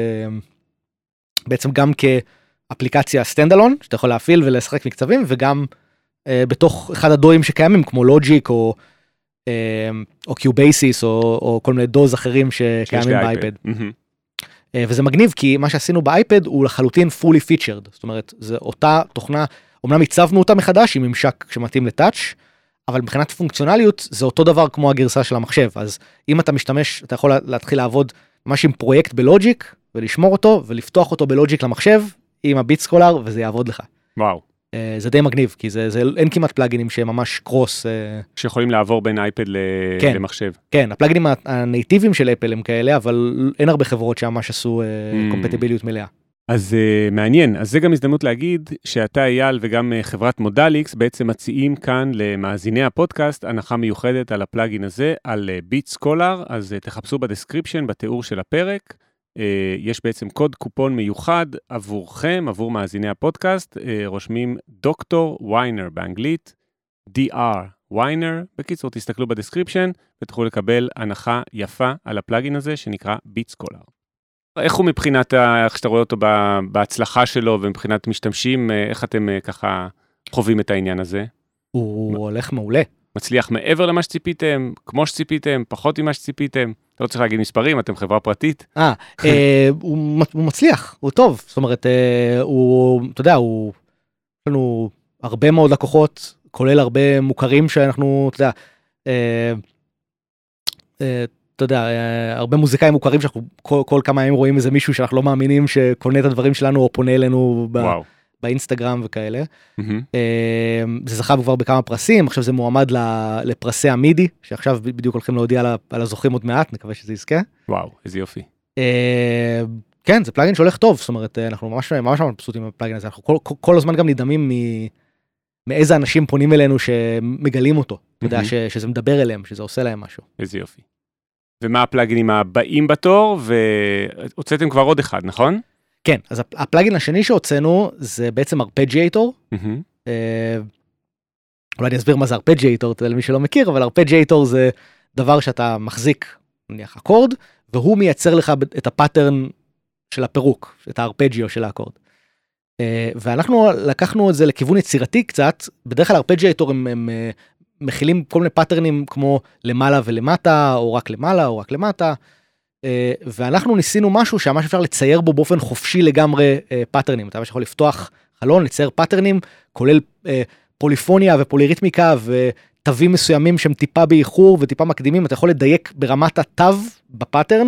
בעצם גם כאפליקציה סטנדלון, שאתה יכול להפעיל ולשחק מקצבים, וגם בתוך אחד הדואים שקיימים, כמו לוג'יק או קיובייסיס, או כל מיני דוז אחרים שקיימים באייפד. וזה מגניב, כי מה שעשינו באייפד הוא לחלוטין fully featured, זאת אומרת, זה אותה תוכנה, אמנם הצבנו אותה מחדש עם ממשק שמתאים לטאץ', אבל מבחינת פונקציונליות זה אותו דבר כמו הגרסה של המחשב, אז אם אתה משתמש, אתה יכול להתחיל לעבוד ממש עם פרויקט בלוג'יק, ולשמור אותו, ולפתוח אותו בלוג'יק למחשב, עם הביטסקולר, וזה יעבוד לך. וואו. זה די מגניב, כי אין כמעט פלאגינים שהם ממש קרוס. שיכולים לעבור בין אייפד למחשב. כן, הפלאגינים הנייטיביים של אפל הם כאלה, אבל אין הרבה חברות שממש עשו קומפטיביליות מלאה. אז מעניין, אז זה גם הזדמנות להגיד שאתה אייל וגם חברת מודליקס בעצם מציעים כאן למאזיני הפודקאסט הנחה מיוחדת על הפלאגין הזה, על ביטסקולר, אז תחפשו בדסקריפשן, בתיאור של הפרק, יש בעצם קוד קופון מיוחד עבורכם, עבור מאזיני הפודקאסט, רושמים דוקטור ויינר באנגלית, DR ויינר, בקיצור תסתכלו בדסקריפשן ותוכלו לקבל הנחה יפה על הפלאגין הזה שנקרא ביטסקולר. איך הוא מבחינת, איך שאתה רואה אותו בהצלחה שלו ומבחינת משתמשים, איך אתם ככה חווים את העניין הזה? הוא הולך מעולה. מצליח מעבר למה שציפיתם, כמו שציפיתם, פחות ממה שציפיתם? לא צריך להגיד מספרים, אתם חברה פרטית. הוא מצליח, הוא טוב, זאת אומרת, אתה יודע, יש לנו הרבה מאוד לקוחות, כולל הרבה מוכרים שאנחנו, אתה יודע, הרבה מוזיקאים מוכרים שאנחנו כל כמה ימים רואים איזה מישהו שאנחנו לא מאמינים שקונה את הדברים שלנו או פונה אלינו באינסטגרם וכאלה. זה זכה כבר בכמה פרסים, עכשיו זה מועמד לפרסי המידי, שעכשיו בדיוק הולכים להודיע על הזוכים עוד מעט, נקווה שזה יזכה. וואו, איזה יופי. כן, זה פלאגין שהולך טוב, זאת אומרת, אנחנו ממש מבסוטים עם הפלאגין הזה, אנחנו כל הזמן גם נדהמים מאיזה אנשים פונים אלינו שמגלים אותו, אתה יודע, שזה מדבר אליהם, שזה עושה להם משהו. איזה יופי. ומה הפלאגינים הבאים בתור, והוצאתם כבר עוד אחד, נכון? כן, אז הפלאגין השני שהוצאנו, זה בעצם ארפג'יאטור. אולי אני אסביר מה זה ארפג'יאטור, למי שלא מכיר, אבל ארפג'יאטור זה דבר שאתה מחזיק, נניח אקורד, והוא מייצר לך את הפאטרן של הפירוק, את הארפג'יו של האקורד. ואנחנו לקחנו את זה לכיוון יצירתי קצת, בדרך כלל ארפג'יאטור הם מכילים כל מיני פאטרנים כמו למעלה ולמטה, או רק למעלה, או רק למטה, ואנחנו ניסינו משהו שממש אפשר לצייר בו באופן חופשי לגמרי פאטרנים. אתה ממש יכול לפתוח חלון, לצייר פאטרנים, כולל פוליפוניה ופוליריתמיקה ותווים מסוימים שהם טיפה באיחור וטיפה מקדימים, אתה יכול לדייק ברמת התו בפאטרן,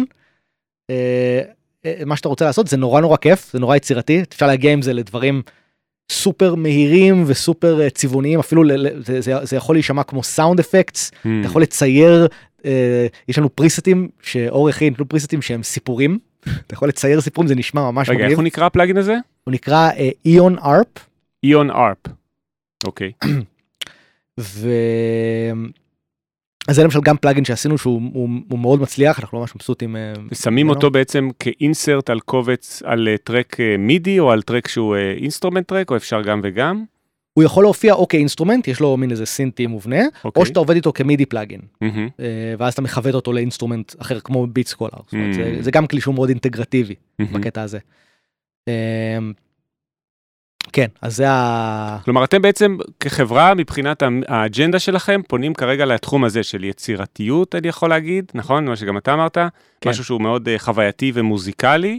מה שאתה רוצה לעשות, זה נורא כיף, זה נורא יצירתי, אפשר להגיע עם זה לדברים סופר מהירים וסופר צבעוניים, אפילו זה יכול להישמע כמו סאונד אפקטס, אתה יכול לצייר, יש לנו פריסטים, שאור הכין, יש לנו פריסטים שהם סיפורים, אתה יכול לצייר סיפורים, זה נשמע ממש מגניב. רגע, איך הוא נקרא הפלאגין הזה? הוא נקרא איון ארפ. איון ארפ, אוקיי. אז זה למשל גם פלאגין שעשינו שהוא מאוד מצליח, אנחנו ממש מבסוטים. ושמים אותו בעצם כאינסרט על קובץ, על טרק מידי, או על טרק שהוא אינסטרומנט טרק, או אפשר גם וגם? הוא יכול להופיע או כאינסטרומנט, יש לו מין איזה סינטי מובנה, או שאתה עובד איתו כמידי פלאגין, ואז אתה מכוות אותו לאינסטרומנט אחר, כמו ביט סקולר. זה גם כלי שהוא מאוד אינטגרטיבי בקטע הזה. כן, אז זה כלומר, אתם בעצם כחברה, מבחינת האג'נדה שלכם, פונים כרגע לתחום הזה של יצירתיות, אני יכול להגיד, נכון? מה שגם אתה אמרת, משהו שהוא מאוד חווייתי ומוזיקלי.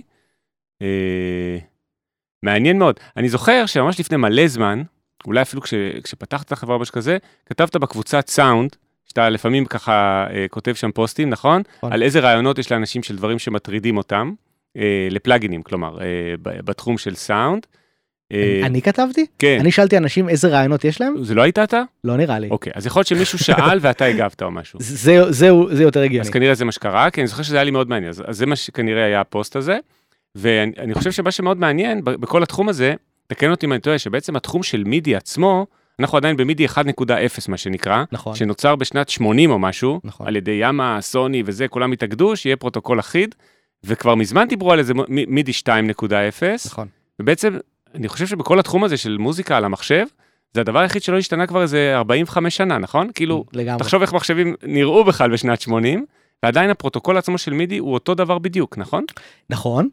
מעניין מאוד. אני זוכר שממש לפני מלא זמן, אולי אפילו כשפתחת את החברה בשכזה, כתבת בקבוצת סאונד, שאתה לפעמים ככה כותב שם פוסטים, נכון? על איזה רעיונות יש לאנשים של דברים שמטרידים אותם, לפלאגינים, כלומר, בתחום של סאונד. אני כתבתי? כן. אני שאלתי אנשים איזה רעיונות יש להם? זה לא היית אתה? לא נראה לי. אוקיי, אז יכול להיות שמישהו שאל ואתה הגבת או משהו. זה יותר הגיוני. אז כנראה זה מה שקרה, כי אני זוכר שזה היה לי מאוד מעניין. אז זה מה שכנראה היה הפוסט הזה, ואני חושב שמה שמאוד מעניין בכל התחום הזה, תקן אותי אם אני טועה, שבעצם התחום של מידי עצמו, אנחנו עדיין במידי 1.0 מה שנקרא, נכון. שנוצר בשנת 80 או משהו, נכון. על ידי יאמה, סוני וזה, כולם התאגדו, שיהיה פרוטוקול אחיד, וכבר מזמן דיברו על איזה מידי 2.0, נכון. ובעצם אני חושב שבכל התחום הזה של מוזיקה על המחשב, זה הדבר היחיד שלא השתנה כבר איזה 45 שנה, נכון? כאילו, לגמרי. תחשוב איך מחשבים נראו בכלל בשנת 80, ועדיין הפרוטוקול עצמו של מידי הוא אותו דבר בדיוק, נכון? נכון,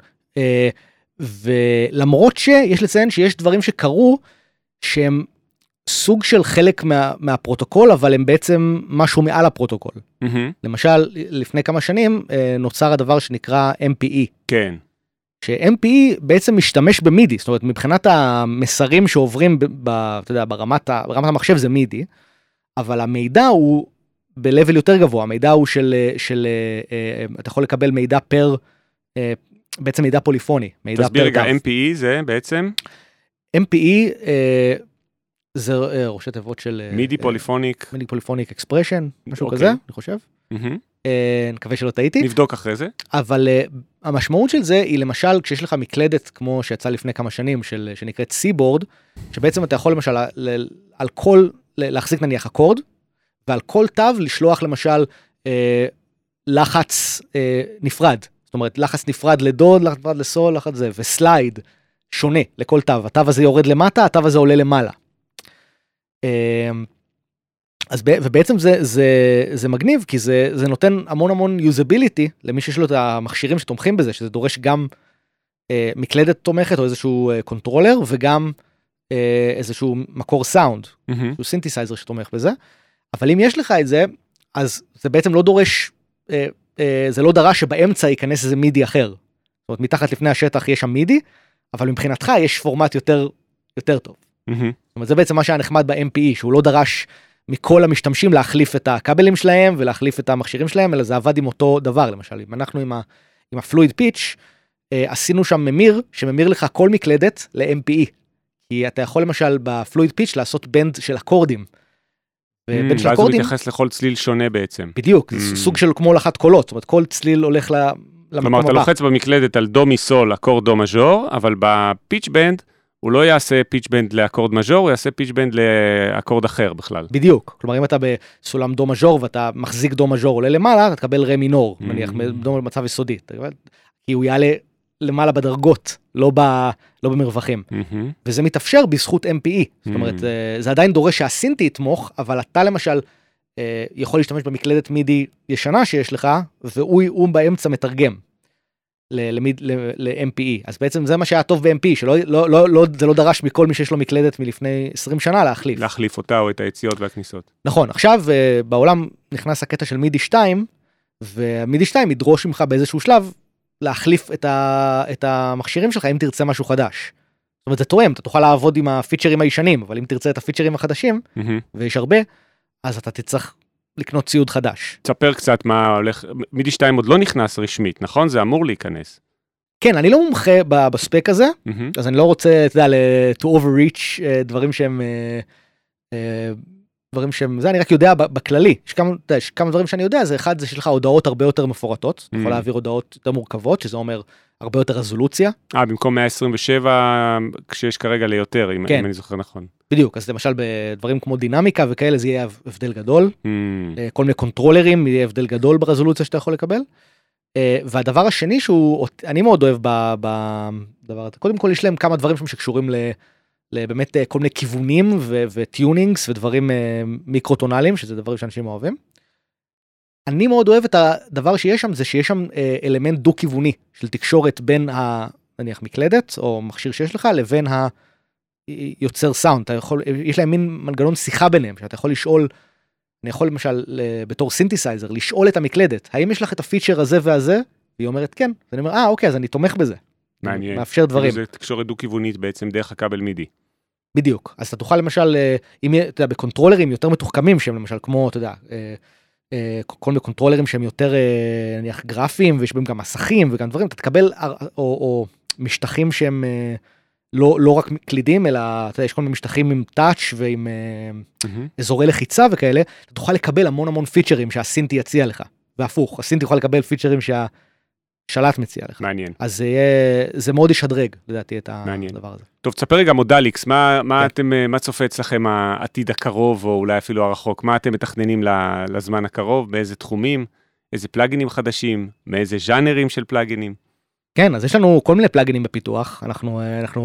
ולמרות שיש לציין שיש דברים שקרו, שהם סוג של חלק מהפרוטוקול, אבל הם בעצם משהו מעל הפרוטוקול. למשל, לפני כמה שנים נוצר הדבר שנקרא MPE. כן. ש-MPE בעצם משתמש במידי, זאת אומרת, מבחינת המסרים שעוברים אתה יודע, ברמת המחשב זה מידי, אבל המידע הוא ב-level יותר גבוה, המידע הוא של אתה יכול לקבל מידע בעצם מידע פוליפוני. תסביר רגע, MPE זה בעצם? MPE זה ראשי תיבות של מידי פוליפוניק. מידי פוליפוניק אקספרשן, משהו כזה, אני חושב. נקווה שלא טעיתי. נבדוק אחרי זה. אבל המשמעות של זה היא למשל כשיש לך מקלדת כמו שיצא לפני כמה שנים שנקראת סי-בורד, שבעצם אתה יכול למשל על כל, להחזיק נניח אקורד, ועל כל תו לשלוח למשל לחץ נפרד. זאת אומרת לחץ נפרד לדוד, לחץ נפרד לסול, לחץ זה, וסלייד שונה לכל תו. התו הזה יורד למטה, התו הזה עולה למעלה. אז ובעצם זה מגניב, כי זה נותן המון יוזביליטי למי שיש לו את המכשירים שתומכים בזה, שזה דורש גם מקלדת תומכת או איזשהו קונטרולר, וגם איזשהו מקור סאונד, שהוא סינתסייזר שתומך בזה. אבל אם יש לך את זה, אז זה בעצם לא דורש, זה לא דרש שבאמצע ייכנס איזה מידי אחר. זאת אומרת, מתחת לפני השטח יש שם מידי, אבל מבחינתך יש פורמט יותר טוב. זאת אומרת, זה בעצם מה שהיה נחמד ב-MPE, שהוא לא דרש מכל המשתמשים להחליף את הכבלים שלהם, ולהחליף את המכשירים שלהם, אלא זה עבד עם אותו דבר, למשל. אם אנחנו עם הפלואיד פיץ', עשינו שם ממיר, שממיר לך כל מקלדת ל-MPE. כי אתה יכול למשל בפלואיד פיץ' לעשות בנד של אקורדים. ובנד של ואז הוא אקורדים... מתייחס לכל צליל שונה בעצם. בדיוק, סוג של כמו הולכת קולות, זאת אומרת, כל צליל הולך למקום הבא. כלומר, אתה לוחץ במקלדת על דו מסול, אקורד דו מז'ור, אבל בפיץ' בנד, הוא לא יעשה פיץ' בנד לאקורד מז'ור, הוא יעשה פיץ' בנד לאקורד אחר בכלל. בדיוק, כלומר, אם אתה בסולם דו מז'ור, ואתה מחזיק דו מז'ור עולה למעלה, אתה תקבל רה מינור, נניח, במצב יסודי. כי הוא יעלה למעלה בדרגות, לא במרווחים. וזה מתאפשר בזכות MPE. זאת אומרת, זה עדיין דורש שהסינטי יתמוך, אבל אתה למשל יכול להשתמש במקלדת מידי ישנה שיש לך, והוא באמצע מתרגם ל-MPE. אז בעצם זה מה שהיה טוב ב-MPE, שזה לא דרש מכל מי שיש לו מקלדת מלפני 20 שנה להחליף. להחליף אותה או את היציאות והכניסות. נכון, עכשיו בעולם נכנס הקטע של מידי 2, ומידי 2 ידרוש ממך באיזשהו שלב, להחליף את המכשירים שלך אם תרצה משהו חדש. זאת אומרת, זה תואם, אתה תוכל לעבוד עם הפיצ'רים הישנים, אבל אם תרצה את הפיצ'רים החדשים, ויש הרבה, אז אתה תצטרך לקנות ציוד חדש. תספר קצת מה הולך, מידי 2 עוד לא נכנס רשמית, נכון? זה אמור להיכנס. כן, אני לא מומחה בספק הזה, אז אני לא רוצה, אתה יודע, to overreach דברים שהם, זה אני רק יודע בכללי, יש כמה דברים שאני יודע, זה אחד, זה שיש לך הודעות הרבה יותר מפורטות, אתה יכול להעביר הודעות יותר מורכבות, שזה אומר הרבה יותר רזולוציה. במקום 127, כשיש כרגע ליותר, אם אני זוכר נכון. בדיוק, אז למשל בדברים כמו דינמיקה וכאלה, זה יהיה הבדל גדול, כל מיני קונטרולרים, יהיה הבדל גדול ברזולוציה שאתה יכול לקבל, והדבר השני שאני מאוד אוהב בדבר הזה, קודם כל יש להם כמה דברים שקשורים באמת כל מיני כיוונים וטיונינגס ודברים מיקרוטונליים, שזה דברים שאנשים אוהבים. אני מאוד אוהב את הדבר שיש שם, זה שיש שם אלמנט דו-כיווני של תקשורת בין נניח מקלדת או מכשיר שיש לך, לבין היוצר סאונד. יש להם מין מנגנון שיחה ביניהם, שאתה יכול לשאול, אני יכול למשל בתור סינתסייזר, לשאול את המקלדת, האם יש לך את הפיצ'ר הזה והזה? והיא אומרת כן. ואני אומר, אוקיי, אז אני תומך בזה. מעניין. מאפשר דברים. זה תקשורת דו-כיוונית בעצם דרך הכבל מידי. בדיוק. אז אתה תוכל למשל, אם אתה יודע, בקונטרולרים יותר מתוחכמים, שהם למשל כמו, אתה יודע, כל מיני קונטרולרים שהם יותר, נניח, גרפיים, ויש בהם גם מסכים וגם דברים, אתה תקבל, או משטחים שהם לא רק קלידים, אלא, אתה יודע, יש כל מיני משטחים עם טאץ' ועם אזורי לחיצה וכאלה, אתה תוכל לקבל המון המון פיצ'רים שהסינטי יציע לך. והפוך, הסינטי יוכל לקבל פיצ'רים שלט מציע לך. מעניין. אז זה מאוד ישדרג, לדעתי, את הדבר הזה. טוב, תספר רגע מודליקס, מה צופה אצלכם העתיד הקרוב, או אולי אפילו הרחוק? מה אתם מתכננים לזמן הקרוב? באיזה תחומים? איזה פלאגינים חדשים? מאיזה ז'אנרים של פלאגינים? כן, אז יש לנו כל מיני פלאגינים בפיתוח. אנחנו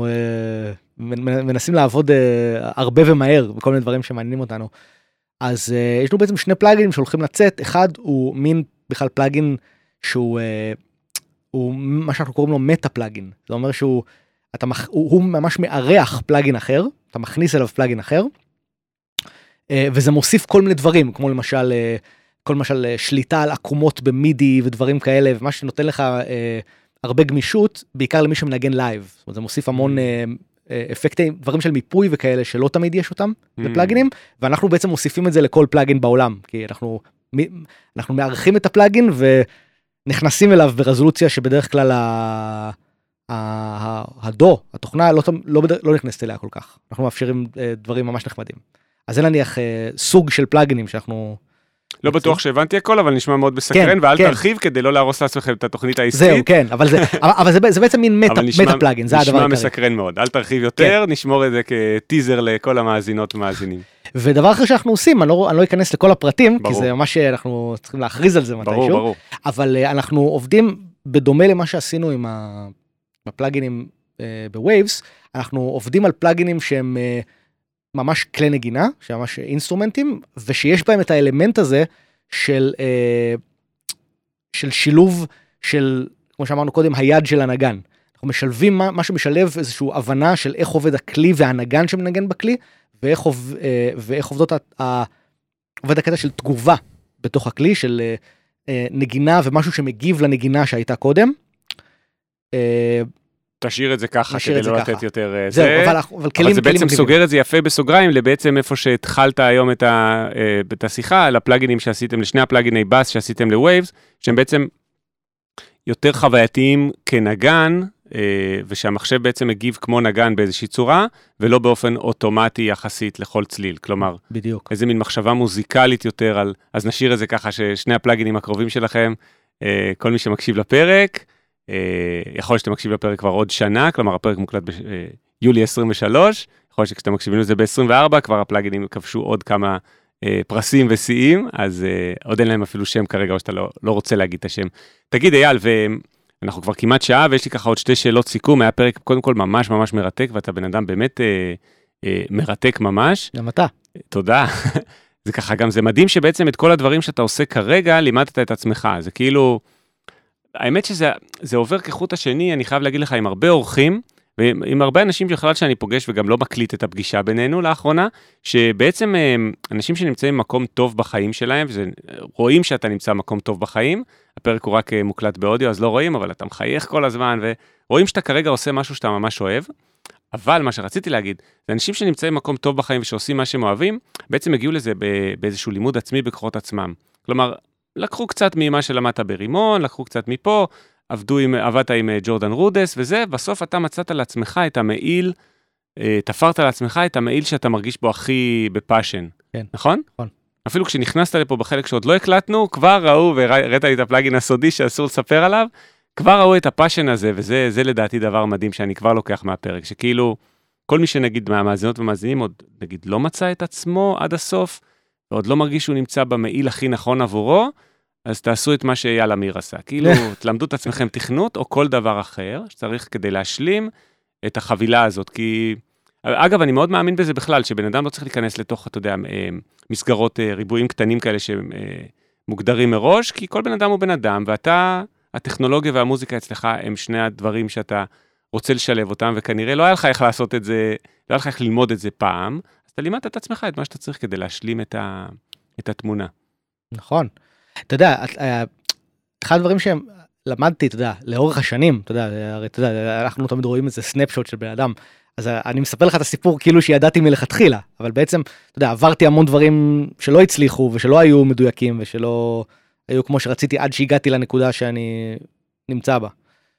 מנסים לעבוד הרבה ומהר, בכל מיני דברים שמעניינים אותנו. אז יש לנו בעצם שני פלאגינים שהולכים לצאת. אחד הוא מין בכלל פלאגין שהוא מה שאנחנו קוראים לו מטה פלאגין. זה אומר שהוא ממש מארח פלאגין אחר, אתה מכניס אליו פלאגין אחר, וזה מוסיף כל מיני דברים, כמו למשל, שליטה על עקומות במידי ודברים כאלה, ומה שנותן לך הרבה גמישות, בעיקר למי שמנגן לייב. זאת אומרת, זה מוסיף המון אפקטים, דברים של מיפוי וכאלה, שלא תמיד יש אותם בפלאגינים, ואנחנו בעצם מוסיפים את זה לכל פלאגין בעולם, כי אנחנו מארחים את הפלאגין נכנסים אליו ברזולוציה שבדרך כלל התוכנה לא נכנסת אליה כל כך. אנחנו מאפשרים דברים ממש נחמדים. אז זה נניח סוג של פלאגינים שאנחנו... לא בטוח שהבנתי הכל, אבל נשמע מאוד בסקרן, ואל תרחיב כדי לא להרוס לעצמכם את התוכנית העסקית. זהו, כן, אבל זה בעצם מין מטה פלאגין, זה הדבר העיקרי. נשמע מסקרן מאוד, אל תרחיב יותר, נשמור את זה כטיזר לכל המאזינות ומאזינים. ודבר אחר שאנחנו עושים, אני לא אכנס לכל הפרטים, כי זה ממש אנחנו צריכים להכריז על זה מתישהו. ברור. אבל אנחנו עובדים בדומה למה שעשינו עם הפלאגינים בווייבס, אנחנו עובדים על פלאגינים שהם ממש כלי נגינה, שממש אינסטרומנטים, ושיש בהם את האלמנט הזה של שילוב של, כמו שאמרנו קודם, היד של הנגן. אנחנו משלבים מה שמשלב איזושהי הבנה של איך עובד הכלי והנגן שמנגן בכלי, ואיך עובדות עובד הקטע של תגובה בתוך הכלי, של נגינה ומשהו שמגיב לנגינה שהייתה קודם. תשאיר את זה ככה, כדי לא לתת יותר זהו, אבל זה בעצם סוגר את זה יפה בסוגריים, לבעצם איפה שהתחלת היום את השיחה, לפלאגינים שעשיתם, לשני הפלאגיני בס שעשיתם לווייבס, שהם בעצם יותר חווייתיים כנגן, ושהמחשב בעצם מגיב כמו נגן באיזושהי צורה, ולא באופן אוטומטי יחסית לכל צליל. כלומר, בדיוק. איזה מין מחשבה מוזיקלית יותר אז נשאיר את זה ככה ששני הפלאגינים הקרובים שלכם, כל מי שמקשיב לפרק, יכול שאתה מקשיב לפרק כבר עוד שנה, כלומר הפרק מוקלט ביולי 23, יכול שכשאתה מקשיבים לזה ב-24, כבר הפלאגינים כבשו עוד כמה פרסים ושיאים, אז עוד אין להם אפילו שם כרגע, או שאתה לא רוצה להגיד את השם. תגיד אייל, ואנחנו כבר כמעט שעה, ויש לי ככה עוד שתי שאלות סיכום, היה פרק קודם כל ממש ממש מרתק, ואתה בן אדם באמת מרתק ממש. גם אתה. תודה. זה ככה גם, זה מדהים שבעצם את כל הדברים שאתה עושה כרגע, לימדת את עצמך, זה כאילו, האמת שזה עובר כחוט השני, אני חייב להגיד לך, עם הרבה אורחים, ועם הרבה אנשים בכלל שאני פוגש, וגם לא מקליט את הפגישה בינינו לאחרונה, שבעצם אנשים שנמצאים במקום טוב בחיים שלהם, רואים שאתה נמצא במקום טוב בחיים, הפרק הוא רק מוקלט באודיו, אז לא רואים, אבל אתה מחייך כל הזמן, ורואים שאתה כרגע עושה משהו שאתה ממש אוהב, אבל מה שרציתי להגיד, זה אנשים שנמצאים במקום טוב בחיים, ושעושים מה שהם אוהבים, בעצם הגיעו לזה באיזשהו לימוד עצמי בכוחות עצמם. כלומר, לקחו קצת ממה שלמדת ברימון, לקחו קצת מפה, עבדת עם ג'ורדן רודס וזה, בסוף אתה מצאת לעצמך את המעיל, תפרת לעצמך את המעיל שאתה מרגיש בו הכי בפאשן. כן. נכון? נכון. אפילו כשנכנסת לפה בחלק שעוד לא הקלטנו, כבר ראו, והראית לי את הפלאגין הסודי שאסור לספר עליו, כבר ראו את הפאשן הזה, וזה לדעתי דבר מדהים שאני כבר לוקח מהפרק, שכאילו, כל מי שנגיד מהמאזינות ומאזינים, עוד נגיד לא מצא את עצמו עד הסוף, ועוד לא מרגיש שהוא נמצא במעיל הכי נכון עבורו, אז תעשו את מה שאייל אמיר עשה. כאילו, תלמדו את עצמכם תכנות, או כל דבר אחר, שצריך כדי להשלים את החבילה הזאת. כי, אגב, אני מאוד מאמין בזה בכלל, שבן אדם לא צריך להיכנס לתוך, אתה יודע, מסגרות ריבועים קטנים כאלה שמוגדרים מראש, כי כל בן אדם הוא בן אדם, ואתה, הטכנולוגיה והמוזיקה אצלך, הם שני הדברים שאתה רוצה לשלב אותם, וכנראה לא היה לך איך לעשות את זה, לא היה לך איך ללמוד את זה פעם, אז אתה לימדת את עצמך את מה שאתה צריך כדי להשלים את התמונה. נכון. אתה יודע, אחד הדברים שלמדתי, אתה יודע, לאורך השנים, אתה יודע, הרי אתה יודע, אנחנו תמיד רואים איזה סנפשוט של בן אדם, אז אני מספר לך את הסיפור כאילו שידעתי מלכתחילה, אבל בעצם, אתה יודע, עברתי המון דברים שלא הצליחו, ושלא היו מדויקים, ושלא היו כמו שרציתי עד שהגעתי לנקודה שאני נמצא בה.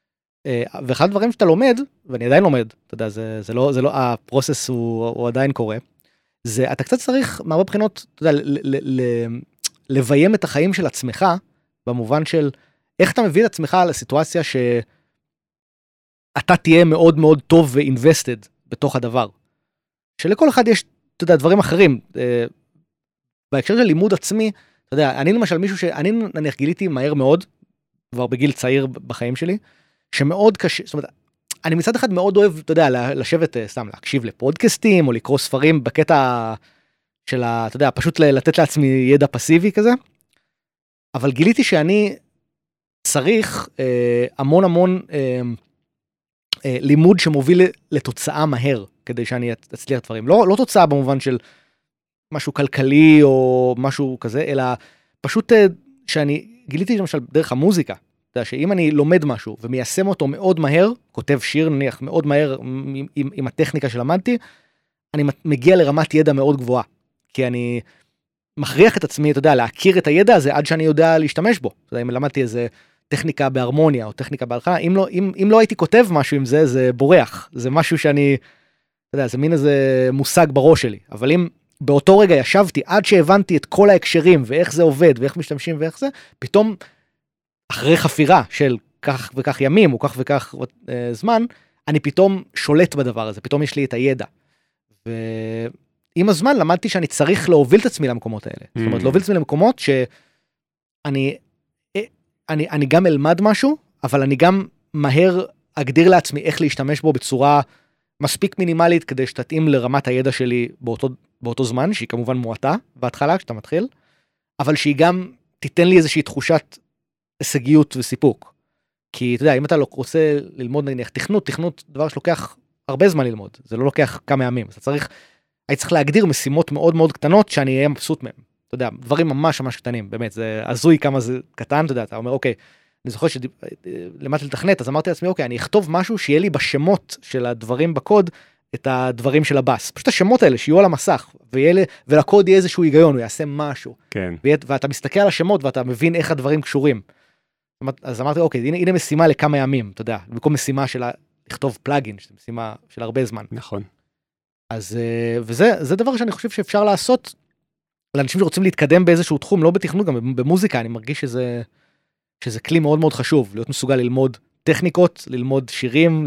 ואחד הדברים שאתה לומד, ואני עדיין לומד, אתה יודע, זה לא, הפרוסס הוא עדיין קורה, זה, אתה קצת צריך, מהרבה בחינות, אתה יודע, לביים את החיים של עצמך, במובן של איך אתה מביא את עצמך לסיטואציה שאתה תהיה מאוד מאוד טוב ו-invested בתוך הדבר. שלכל אחד יש, אתה יודע, דברים אחרים. בהקשר של לימוד עצמי, אתה יודע, אני למשל מישהו שאני נניח גיליתי מהר מאוד, כבר בגיל צעיר בחיים שלי, שמאוד קשה, זאת אומרת, אני מצד אחד מאוד אוהב, אתה יודע, לשבת, סתם, להקשיב לפודקאסטים, או לקרוא ספרים בקטע של, אתה יודע, פשוט לתת לעצמי ידע פסיבי כזה, אבל גיליתי שאני צריך המון המון לימוד שמוביל לתוצאה מהר, כדי שאני אצליח דברים. לא תוצאה במובן של משהו כלכלי או משהו כזה, אלא פשוט שאני גיליתי למשל דרך המוזיקה, אתה יודע, שאם אני לומד משהו ומיישם אותו מאוד מהר, כותב שיר נניח מאוד מהר עם הטכניקה שלמדתי, אני מגיע לרמת ידע מאוד גבוהה. כי אני מכריח את עצמי, אתה יודע, להכיר את הידע הזה עד שאני יודע להשתמש בו. אתה יודע, אם למדתי איזה טכניקה בהרמוניה או טכניקה בהלחנה, אם לא הייתי כותב משהו עם זה, זה בורח. זה משהו שאני, אתה יודע, זה מין איזה מושג בראש שלי. אבל אם באותו רגע ישבתי עד שהבנתי את כל ההקשרים ואיך זה עובד ואיך משתמשים ואיך זה, פתאום אחרי חפירה של כך וכך ימים או כך וכך זמן, אני פתאום שולט בדבר הזה, פתאום יש לי את הידע. עם הזמן למדתי שאני צריך להוביל את עצמי למקומות האלה. זאת אומרת, להוביל את עצמי למקומות שאני גם אלמד משהו, אבל אני גם מהר אגדיר לעצמי איך להשתמש בו בצורה מספיק מינימלית, כדי שתתאים לרמת הידע שלי באותו זמן, שהיא כמובן מועטה בהתחלה כשאתה מתחיל, אבל שהיא גם תיתן לי איזושהי תחושת הישגיות וסיפוק. כי אתה יודע, אם אתה לא רוצה ללמוד נניח תכנות דבר שלוקח הרבה זמן ללמוד, זה לא לוקח כמה ימים, אז הייתי צריך להגדיר משימות מאוד מאוד קטנות שאני אהיה מבסוט מהן. אתה יודע, דברים ממש ממש קטנים, באמת, זה הזוי כמה זה קטן, אתה יודע, אתה אומר, אוקיי, אני זוכר שלמדתי לתכנת, אז אמרתי לעצמי, אוקיי, אני אכתוב משהו שיהיה לי בשמות של הדברים בקוד, את הדברים של הבאס. פשוט השמות האלה שיהיו על המסך, ולקוד יהיה איזשהו היגיון, הוא יעשה משהו. כן. ואתה מסתכל על השמות, ואתה מבין איך הדברים קשורים. אז אמרתי, אוקיי, הנה משימה לכמה ימים, אתה יודע, במקום משימה של לכתוב פלאגין, שזו משימה של הרבה זמן. נכון. אז, וזה דבר שאני חושב שאפשר לעשות, לאנשים שרוצים להתקדם באיזשהו תחום, לא בתכנות, גם במוזיקה, אני מרגיש שזה כלי מאוד מאוד חשוב, להיות מסוגל ללמוד טכניקות, ללמוד שירים,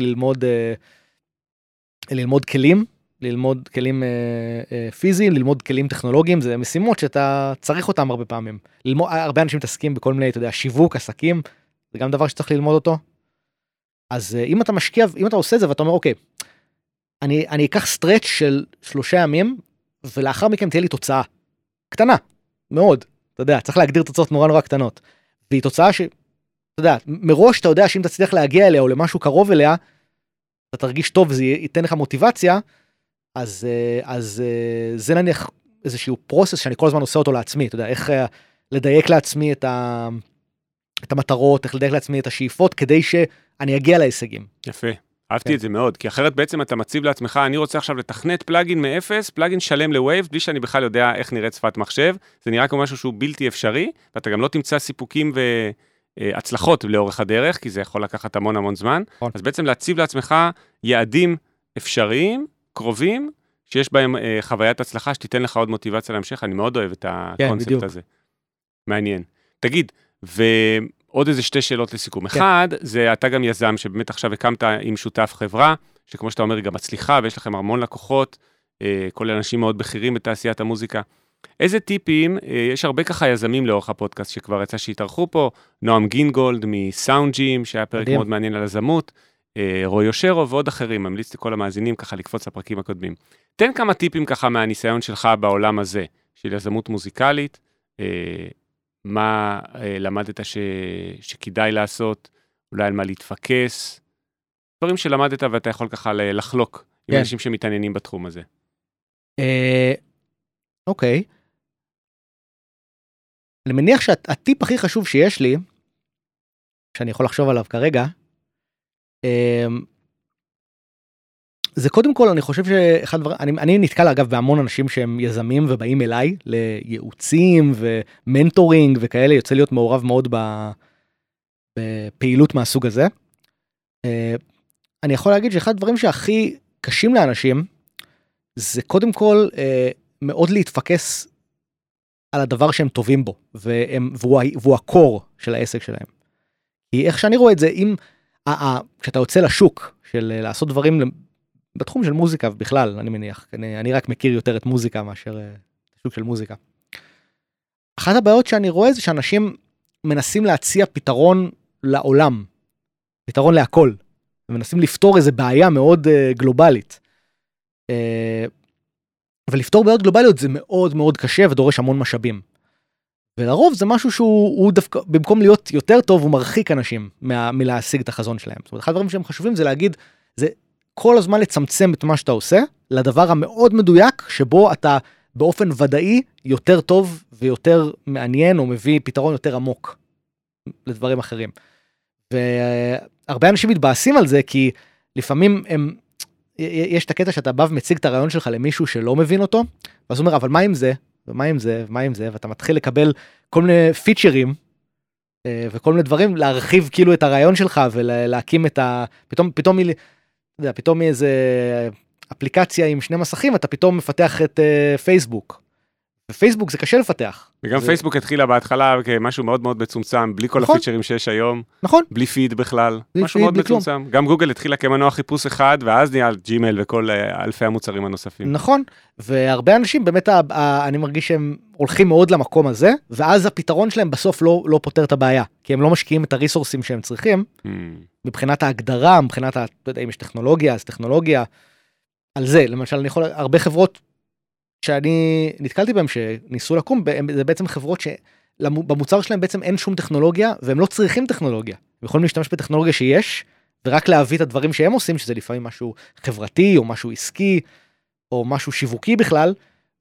ללמוד כלים, ללמוד כלים פיזיים, ללמוד כלים טכנולוגיים, זה משימות שאתה צריך אותם הרבה פעמים. הרבה אנשים מתעסקים בכל מיני, אתה יודע, שיווק, עסקים, זה גם דבר שצריך ללמוד אותו. אז אם אתה משקיע, אם אתה עושה זה ואתה אומר, אוקיי, אני אקח סטרץ' של 3 ימים, ולאחר מכן תהיה לי תוצאה קטנה, מאוד. אתה יודע, צריך להגדיר תוצאות נורא נורא קטנות. והיא תוצאה אתה יודע, מראש אתה יודע שאם אתה צריך להגיע אליה או למשהו קרוב אליה, אתה תרגיש טוב, זה ייתן לך מוטיבציה, אז זה נניח איזשהו פרוסס שאני כל הזמן עושה אותו לעצמי, אתה יודע, איך לדייק לעצמי את המטרות, איך לדייק לעצמי את השאיפות, כדי שאני אגיע להישגים. יפה. אהבתי את זה מאוד, כי אחרת בעצם אתה מציב לעצמך, אני רוצה עכשיו לתכנת פלאגין מאפס, פלאגין שלם לווייב, בלי שאני בכלל יודע איך נראית שפת מחשב, זה נראה כמו משהו שהוא בלתי אפשרי, ואתה גם לא תמצא סיפוקים והצלחות לאורך הדרך, כי זה יכול לקחת המון המון זמן, אז בעצם להציב לעצמך יעדים אפשריים, קרובים, שיש בהם חוויית הצלחה, שתיתן לך עוד מוטיבציה להמשך, אני מאוד אוהב את הקונספט הזה. מעניין. תגיד, עוד איזה 2 שאלות לסיכום. אחד, זה אתה גם יזם שבאמת עכשיו הקמת עם שותף חברה, שכמו שאתה אומר, היא גם מצליחה, ויש לכם המון לקוחות, כל אנשים מאוד בכירים בתעשיית המוזיקה. איזה טיפים, יש הרבה ככה יזמים לאורך הפודקאסט, שכבר יצא שהתארחו פה, נועם גינגולד מסאונד ג'ים, שהיה פרק מאוד מעניין על הזמות, רוי יושרו ועוד אחרים, ממליץ לכל המאזינים ככה לקפוץ לפרקים הקודמים. תן כמה טיפים ככה מהניסיון שלך בעולם הזה, של יזמות מוזיקלית, מה למדת שכדאי לעשות, אולי על מה להתפקס, דברים שלמדת ואתה יכול ככה לחלוק עם אנשים שמתעניינים בתחום הזה. אוקיי. אני מניח שהטיפ הכי חשוב שיש לי, שאני יכול לחשוב עליו כרגע, זה קודם כל, אני חושב שאחד דבר, אני נתקל אגב בהמון אנשים שהם יזמים ובאים אליי לייעוצים ומנטורינג וכאלה, יוצא להיות מעורב מאוד בפעילות מהסוג הזה. אני יכול להגיד שאחד הדברים שהכי קשים לאנשים, זה קודם כל מאוד להתפקס על הדבר שהם טובים בו, והוא הקור של העסק שלהם. כי איך שאני רואה את זה, כשאתה יוצא לשוק של לעשות דברים בתחום של מוזיקה בכלל, אני מניח, אני רק מכיר יותר את מוזיקה מאשר שוק של מוזיקה. אחת הבעיות שאני רואה זה שאנשים מנסים להציע פתרון לעולם, פתרון להכל, ומנסים לפתור איזו בעיה מאוד גלובלית. ולפתור בעיות גלובליות זה מאוד מאוד קשה ודורש המון משאבים. ולרוב זה משהו שהוא דווקא, במקום להיות יותר טוב, הוא מרחיק אנשים מלהשיג את החזון שלהם. זאת אומרת, אחד הדברים שהם חשובים זה להגיד, זה כל הזמן לצמצם את מה שאתה עושה, לדבר המאוד מדויק, שבו אתה באופן ודאי יותר טוב ויותר מעניין, או מביא פתרון יותר עמוק לדברים אחרים. והרבה אנשים מתבאסים על זה, כי לפעמים יש את הקטע שאתה בא ומציג את הרעיון שלך למישהו שלא מבין אותו, ואז הוא אומר, אבל מה עם זה? ומה עם זה? ומה עם זה? ואתה מתחיל לקבל כל מיני פיצ'רים, וכל מיני דברים, להרחיב כאילו את הרעיון שלך, ולהקים את פתאום מאיזה אפליקציה עם 2 מסכים, אתה פתאום מפתח את פייסבוק. ופייסבוק זה קשה לפתח. וגם פייסבוק התחילה בהתחלה כמשהו מאוד מאוד מצומצם, בלי כל הפיצ'רים שיש היום. נכון. בלי פיד בכלל. משהו מאוד מצומצם. גם גוגל התחילה כמנוע חיפוש אחד, ואז נהיה ג'ימייל וכל אלפי המוצרים הנוספים. נכון. והרבה אנשים באמת, אני מרגיש שהם הולכים מאוד למקום הזה, ואז הפתרון שלהם בסוף לא פותר את הבעיה. כי הם לא משקיעים את הריסורסים שהם צריכים, מבחינת ההגדרה, מבחינת, אתה יודע, אם יש טכנולוגיה, אז טכנולוגיה. על זה, למשל, אני יכול, הרבה חברות שאני נתקלתי בהם שניסו לקום, זה בעצם חברות שבמוצר שלהם בעצם אין שום טכנולוגיה, והם לא צריכים טכנולוגיה. הם יכולים להשתמש בטכנולוגיה שיש, ורק להביא את הדברים שהם עושים, שזה לפעמים משהו חברתי, או משהו עסקי, או משהו שיווקי בכלל,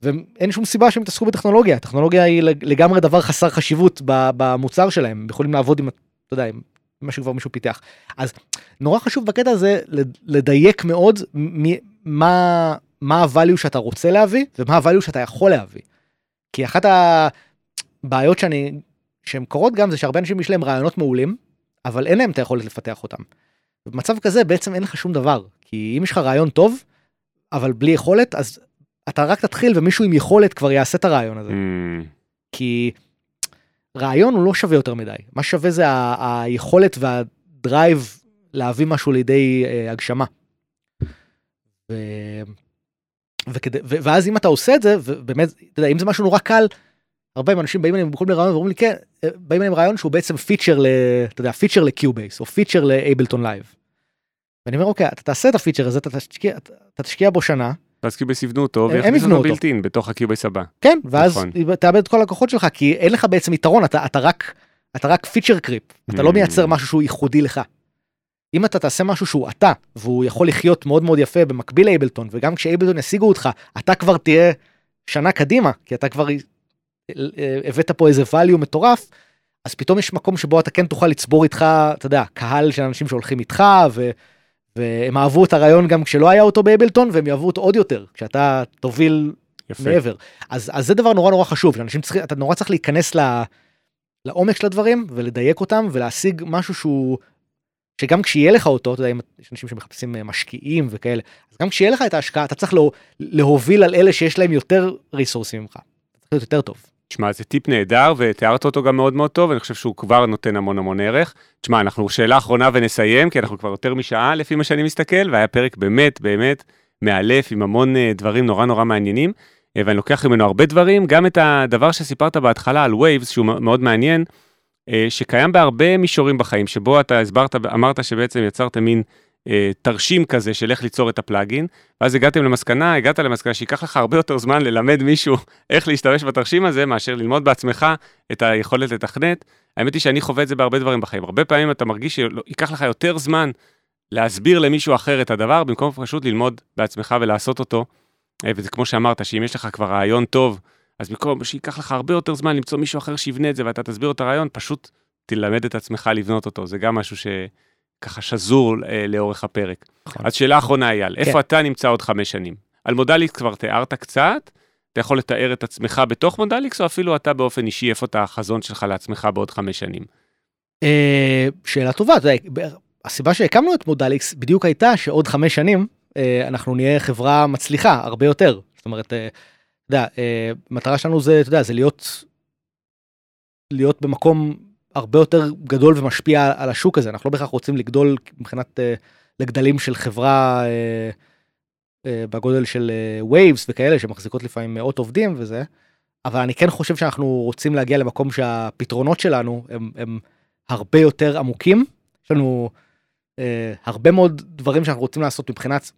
ואין שום סיבה שהם יתעסקו בטכנולוגיה, הטכנולוגיה היא לגמרי דבר חסר חשיבות במוצר שלהם, הם יכולים לעבוד עם, אתה יודע, עם מה שכבר מישהו פיתח. אז נורא חשוב בקטע הזה לדייק מאוד מה ה-value שאתה רוצה להביא, ומה ה-value שאתה יכול להביא. כי אחת הבעיות שהן קורות גם, זה שהרבה אנשים יש להם רעיונות מעולים, אבל אין להם את היכולת לפתח אותם. במצב כזה בעצם אין לך שום דבר, כי אם יש לך רעיון טוב, אבל בלי יכולת, אז אתה רק תתחיל ומישהו עם יכולת כבר יעשה את הרעיון הזה. כי רעיון הוא לא שווה יותר מדי. מה שווה זה היכולת והדרייב להביא משהו לידי הגשמה. ואז אם אתה עושה את זה, ובאמת, אתה יודע, אם זה משהו נורא קל, הרבה אנשים באים אליהם בכל מיני רעיון, ואומרים לי, כן, באים אליהם רעיון שהוא בעצם פיצ'ר אתה יודע, פיצ'ר ל-Cubase, או פיצ'ר ל-Ableton Live. ואני אומר, אוקיי, אתה תעשה את הפיצ'ר הזה, אתה תשקיע בו שנה. ואז Cubase יבנו אותו, ויכניסו אותו בילטין, בתוך ה-Cubase הבא. כן, ואז תאבד את כל הלקוחות שלך, כי אין לך בעצם יתרון, אתה רק פיצ'ר קריפ, אתה לא מייצר משהו שהוא ייחודי לך. אם אתה תעשה משהו שהוא אתה, והוא יכול לחיות מאוד מאוד יפה במקביל לאבלטון, וגם כשאבלטון ישיגו אותך, אתה כבר תהיה שנה קדימה, כי אתה כבר הבאת פה איזה value מטורף, אז פתאום יש מקום שבו אתה כן תוכל לצבור איתך, אתה יודע, קהל של אנשים שהולכים איתך, והם אהבו את הרעיון גם כשלא היה אותו באבלטון, והם יאהבו אותו עוד יותר, כשאתה תוביל מעבר. אז זה דבר נורא נורא חשוב, אתה נורא צריך להיכנס לעומק של הדברים, ולדייק אותם, ולהשיג משהו שגם כשיהיה לך אותו, אתה יודע, יש אנשים שמחפשים משקיעים וכאלה, אז גם כשיהיה לך את ההשקעה, אתה צריך להוביל על אלה שיש להם יותר ריסורסים ממך. אתה צריך להיות יותר טוב. תשמע, זה טיפ נהדר, ותיארת אותו גם מאוד מאוד טוב, אני חושב שהוא כבר נותן המון המון ערך. תשמע, אנחנו שאלה אחרונה ונסיים, כי אנחנו כבר יותר משעה לפי מה שאני מסתכל, והיה פרק באמת, באמת מאלף, עם המון דברים נורא נורא מעניינים, ואני לוקח ממנו הרבה דברים, גם את הדבר שסיפרת בהתחלה על Waves, שהוא מאוד מעניין, שקיים בהרבה מישורים בחיים, שבו אתה אמרת שבעצם יצרת מין תרשים כזה של איך ליצור את הפלאגין, ואז הגעת למסקנה שיקח לך הרבה יותר זמן ללמד מישהו איך להשתמש בתרשים הזה, מאשר ללמוד בעצמך את היכולת לתכנת. האמת היא שאני חווה את זה בהרבה דברים בחיים. הרבה פעמים אתה מרגיש שיקח לך יותר זמן להסביר למישהו אחר את הדבר, במקום פשוט ללמוד בעצמך ולעשות אותו. וזה כמו שאמרת, שאם יש לך כבר רעיון טוב, אז במקום שיקח לך הרבה יותר זמן למצוא מישהו אחר שיבנה את זה, ואתה תסביר את הרעיון, פשוט תלמד את עצמך לבנות אותו. זה גם משהו שככה שזור לאורך הפרק. אז שאלה האחרונה, אייל, איפה אתה נמצא עוד 5 שנים? על מודליקס כבר תיארת קצת, אתה יכול לתאר את עצמך בתוך מודליקס, או אפילו אתה באופן אישי, איפה אתה החזון שלך לעצמך בעוד 5 שנים? שאלה טובה, הסיבה שהקמנו את מודליקס בדיוק הייתה שעוד 5 שנים, אנחנו נהיה חברה מצליחה הרבה יותר. זאת אומרת, המטרה שלנו זה, אתה יודע, זה להיות במקום הרבה יותר גדול ומשפיע על השוק הזה. אנחנו לא בכך רוצים לגדול מבחינת לגדלים של חברה בגודל של Waves וכאלה, שמחזיקות לפעמים מאות עובדים וזה, אבל אני כן חושב שאנחנו רוצים להגיע למקום שהפתרונות שלנו הם הרבה יותר עמוקים. יש לנו הרבה מאוד דברים שאנחנו רוצים לעשות מבחינת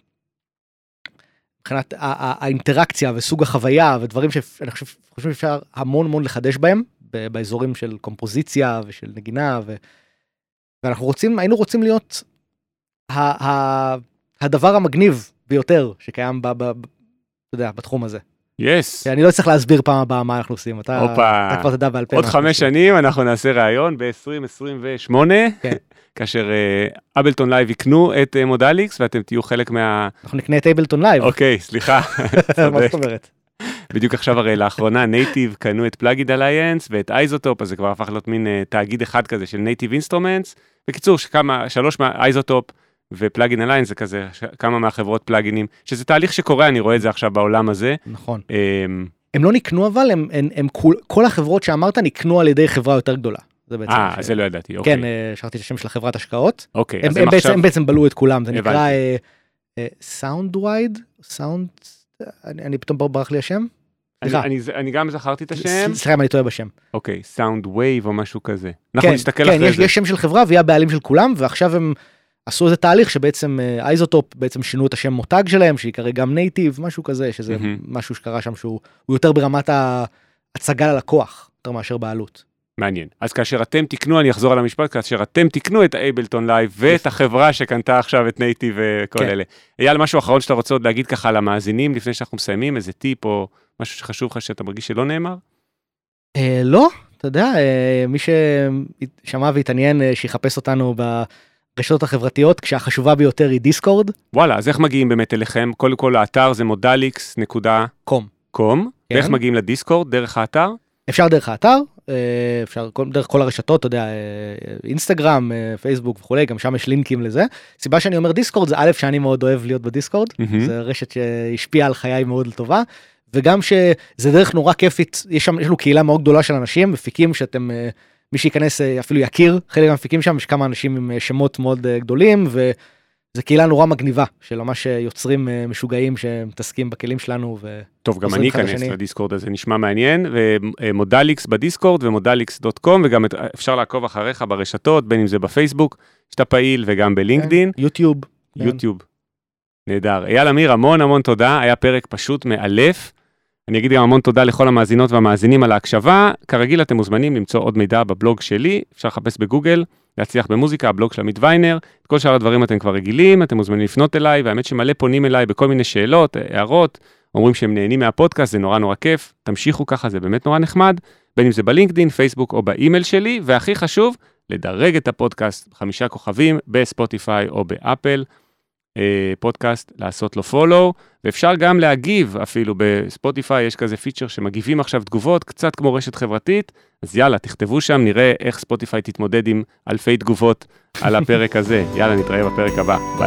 האינטראקציה וסוג החוויה, ודברים שאני חושב שאפשר המון המון לחדש בהם, באזורים של קומפוזיציה ושל נגינה, ואנחנו היינו רוצים להיות הדבר המגניב ביותר שקיים בתחום הזה. Yes. אני לא צריך להסביר פעם הבאה מה אנחנו עושים, אתה כבר תדע בעל פה. עוד 5 שנים אנחנו נעשה ראיון ב-2028, כאשר אבלטון לייב יקנו את מודליקס, ואתם תהיו חלק אנחנו נקנה את אבלטון לייב. אוקיי, סליחה. מה זאת אומרת? בדיוק עכשיו הרי לאחרונה נייטיב קנו את פלאגיד אליינס ואת אייזוטופ, אז זה כבר הפך להיות מין תאגיד אחד כזה של נייטיב אינסטרומנטס. בקיצור, 3 אייזוטופ ופלאגין אליינס זה כזה כמה מהחברות פלאגינים, שזה תהליך שקורה, אני רואה את זה עכשיו בעולם הזה. נכון. הם לא נקנו אבל, כל החברות שאמרת נקנו על ידי חברה יותר גדולה. זה לא ידעתי, אוקיי. כן, שרתי את השם של חברת השקעות. אוקיי. הם בעצם בלו את כולם, זה נקרא סאונדווייד, אני פתאום ברח לי השם. אני גם זכרתי את השם. סליחה אם אני טועה בשם. אוקיי, סאונד ווייב או משהו כזה. אנחנו נסתכל אחרי זה. כן, יש שם של חברה והיא הבעלים של כולם, ועכשיו הם עשו איזה תהליך שבעצם אייזוטופ בעצם שינו את השם מותג שלהם, שיקרא גם נייטיב, משהו כזה, שזה משהו שקרה שם שהוא יותר ברמת ההצגה ללקוח, יותר מאשר בעלות. מעניין. אז כאשר אתם תקנו, אני אחזור על המשפט, כאשר אתם תקנו את האבלטון לייב ואת החברה שקנתה עכשיו את נייטיב וכל אלה. אייל, משהו אחרון שאתה רוצה עוד להגיד ככה למאזינים, לפני שאנחנו מסיימים, איזה טיפ או משהו שחשוב לך שאתה מרגיש שלא נאמר? לא, אתה יודע, מי ששמע והתעניין שיחפש אותנו ברשתות החברתיות, כשהחשובה ביותר היא דיסקורד. וואלה, אז איך מגיעים באמת אליכם? קודם כל האתר זה modalix.com. ואיך מגיעים לדיסקורד? דרך האתר? אפשר דרך האתר, אפשר דרך כל הרשתות, אתה יודע, אינסטגרם, פייסבוק וכולי, גם שם יש לינקים לזה. סיבה שאני אומר דיסקורד זה א' שאני מאוד אוהב להיות בדיסקורד, זה רשת שהשפיעה על חיי מאוד לטובה, וגם שזה דרך נורא כיפית, יש לנו קהילה מאוד גדולה של אנשים, מפיקים שאתם, מי שייכנס אפילו יכיר, חלק מהמפיקים שם, יש כמה אנשים עם שמות מאוד גדולים, וזו קהילה נורא מגניבה, של ממש יוצרים משוגעים שמתעסקים בכלים שלנו. טוב, גם אני אכנס לדיסקורד הזה, נשמע מעניין, ומודליקס בדיסקורד ומודליקס.com, וגם אפשר לעקוב אחריך ברשתות, בין אם זה בפייסבוק, שאתה פעיל, וגם בלינקדין. יוטיוב. נהדר. אייל אמיר, המון תודה, היה פרק פשוט מאלף. אני אגיד גם המון תודה לכל המאזינות והמאזינים על ההקשבה. כרגיל אתם מוזמנים למצוא עוד מידע בבלוג שלי, אפשר לחפש בגוגל, להצליח במוזיקה, הבלוג של עמית ויינר. את כל שאר הדברים אתם כבר רגילים, אתם מוזמנים לפנות אליי, והאמת שמלא פונים אליי בכל מיני שאלות, הערות, אומרים שהם נהנים מהפודקאסט, זה נורא כיף, תמשיכו ככה, זה באמת נורא נחמד, בין אם זה בלינקדין, פייסבוק או באימייל שלי, והכי חשוב, לדרג את הפודקאסט 5 כוכבים בספוטיפיי או באפל. פודקאסט, לעשות לו פולו, ואפשר גם להגיב, אפילו בספוטיפיי יש כזה פיצ'ר שמגיבים עכשיו תגובות, קצת כמו רשת חברתית, אז יאללה, תכתבו שם, נראה איך ספוטיפיי תתמודד עם אלפי תגובות על הפרק הזה. יאללה, נתראה בפרק הבא, ביי.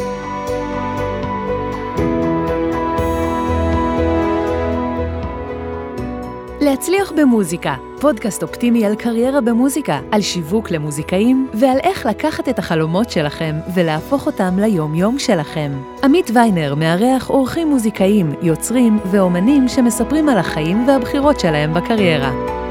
להצליח במוזיקה, פודקאסט אופטימי על קריירה במוזיקה, על שיווק למוזיקאים ועל איך לקחת את החלומות שלכם ולהפוך אותם ליום-יום שלכם. עמית ויינר מארח אורחים מוזיקאים, יוצרים ואומנים שמספרים על החיים והבחירות שלהם בקריירה.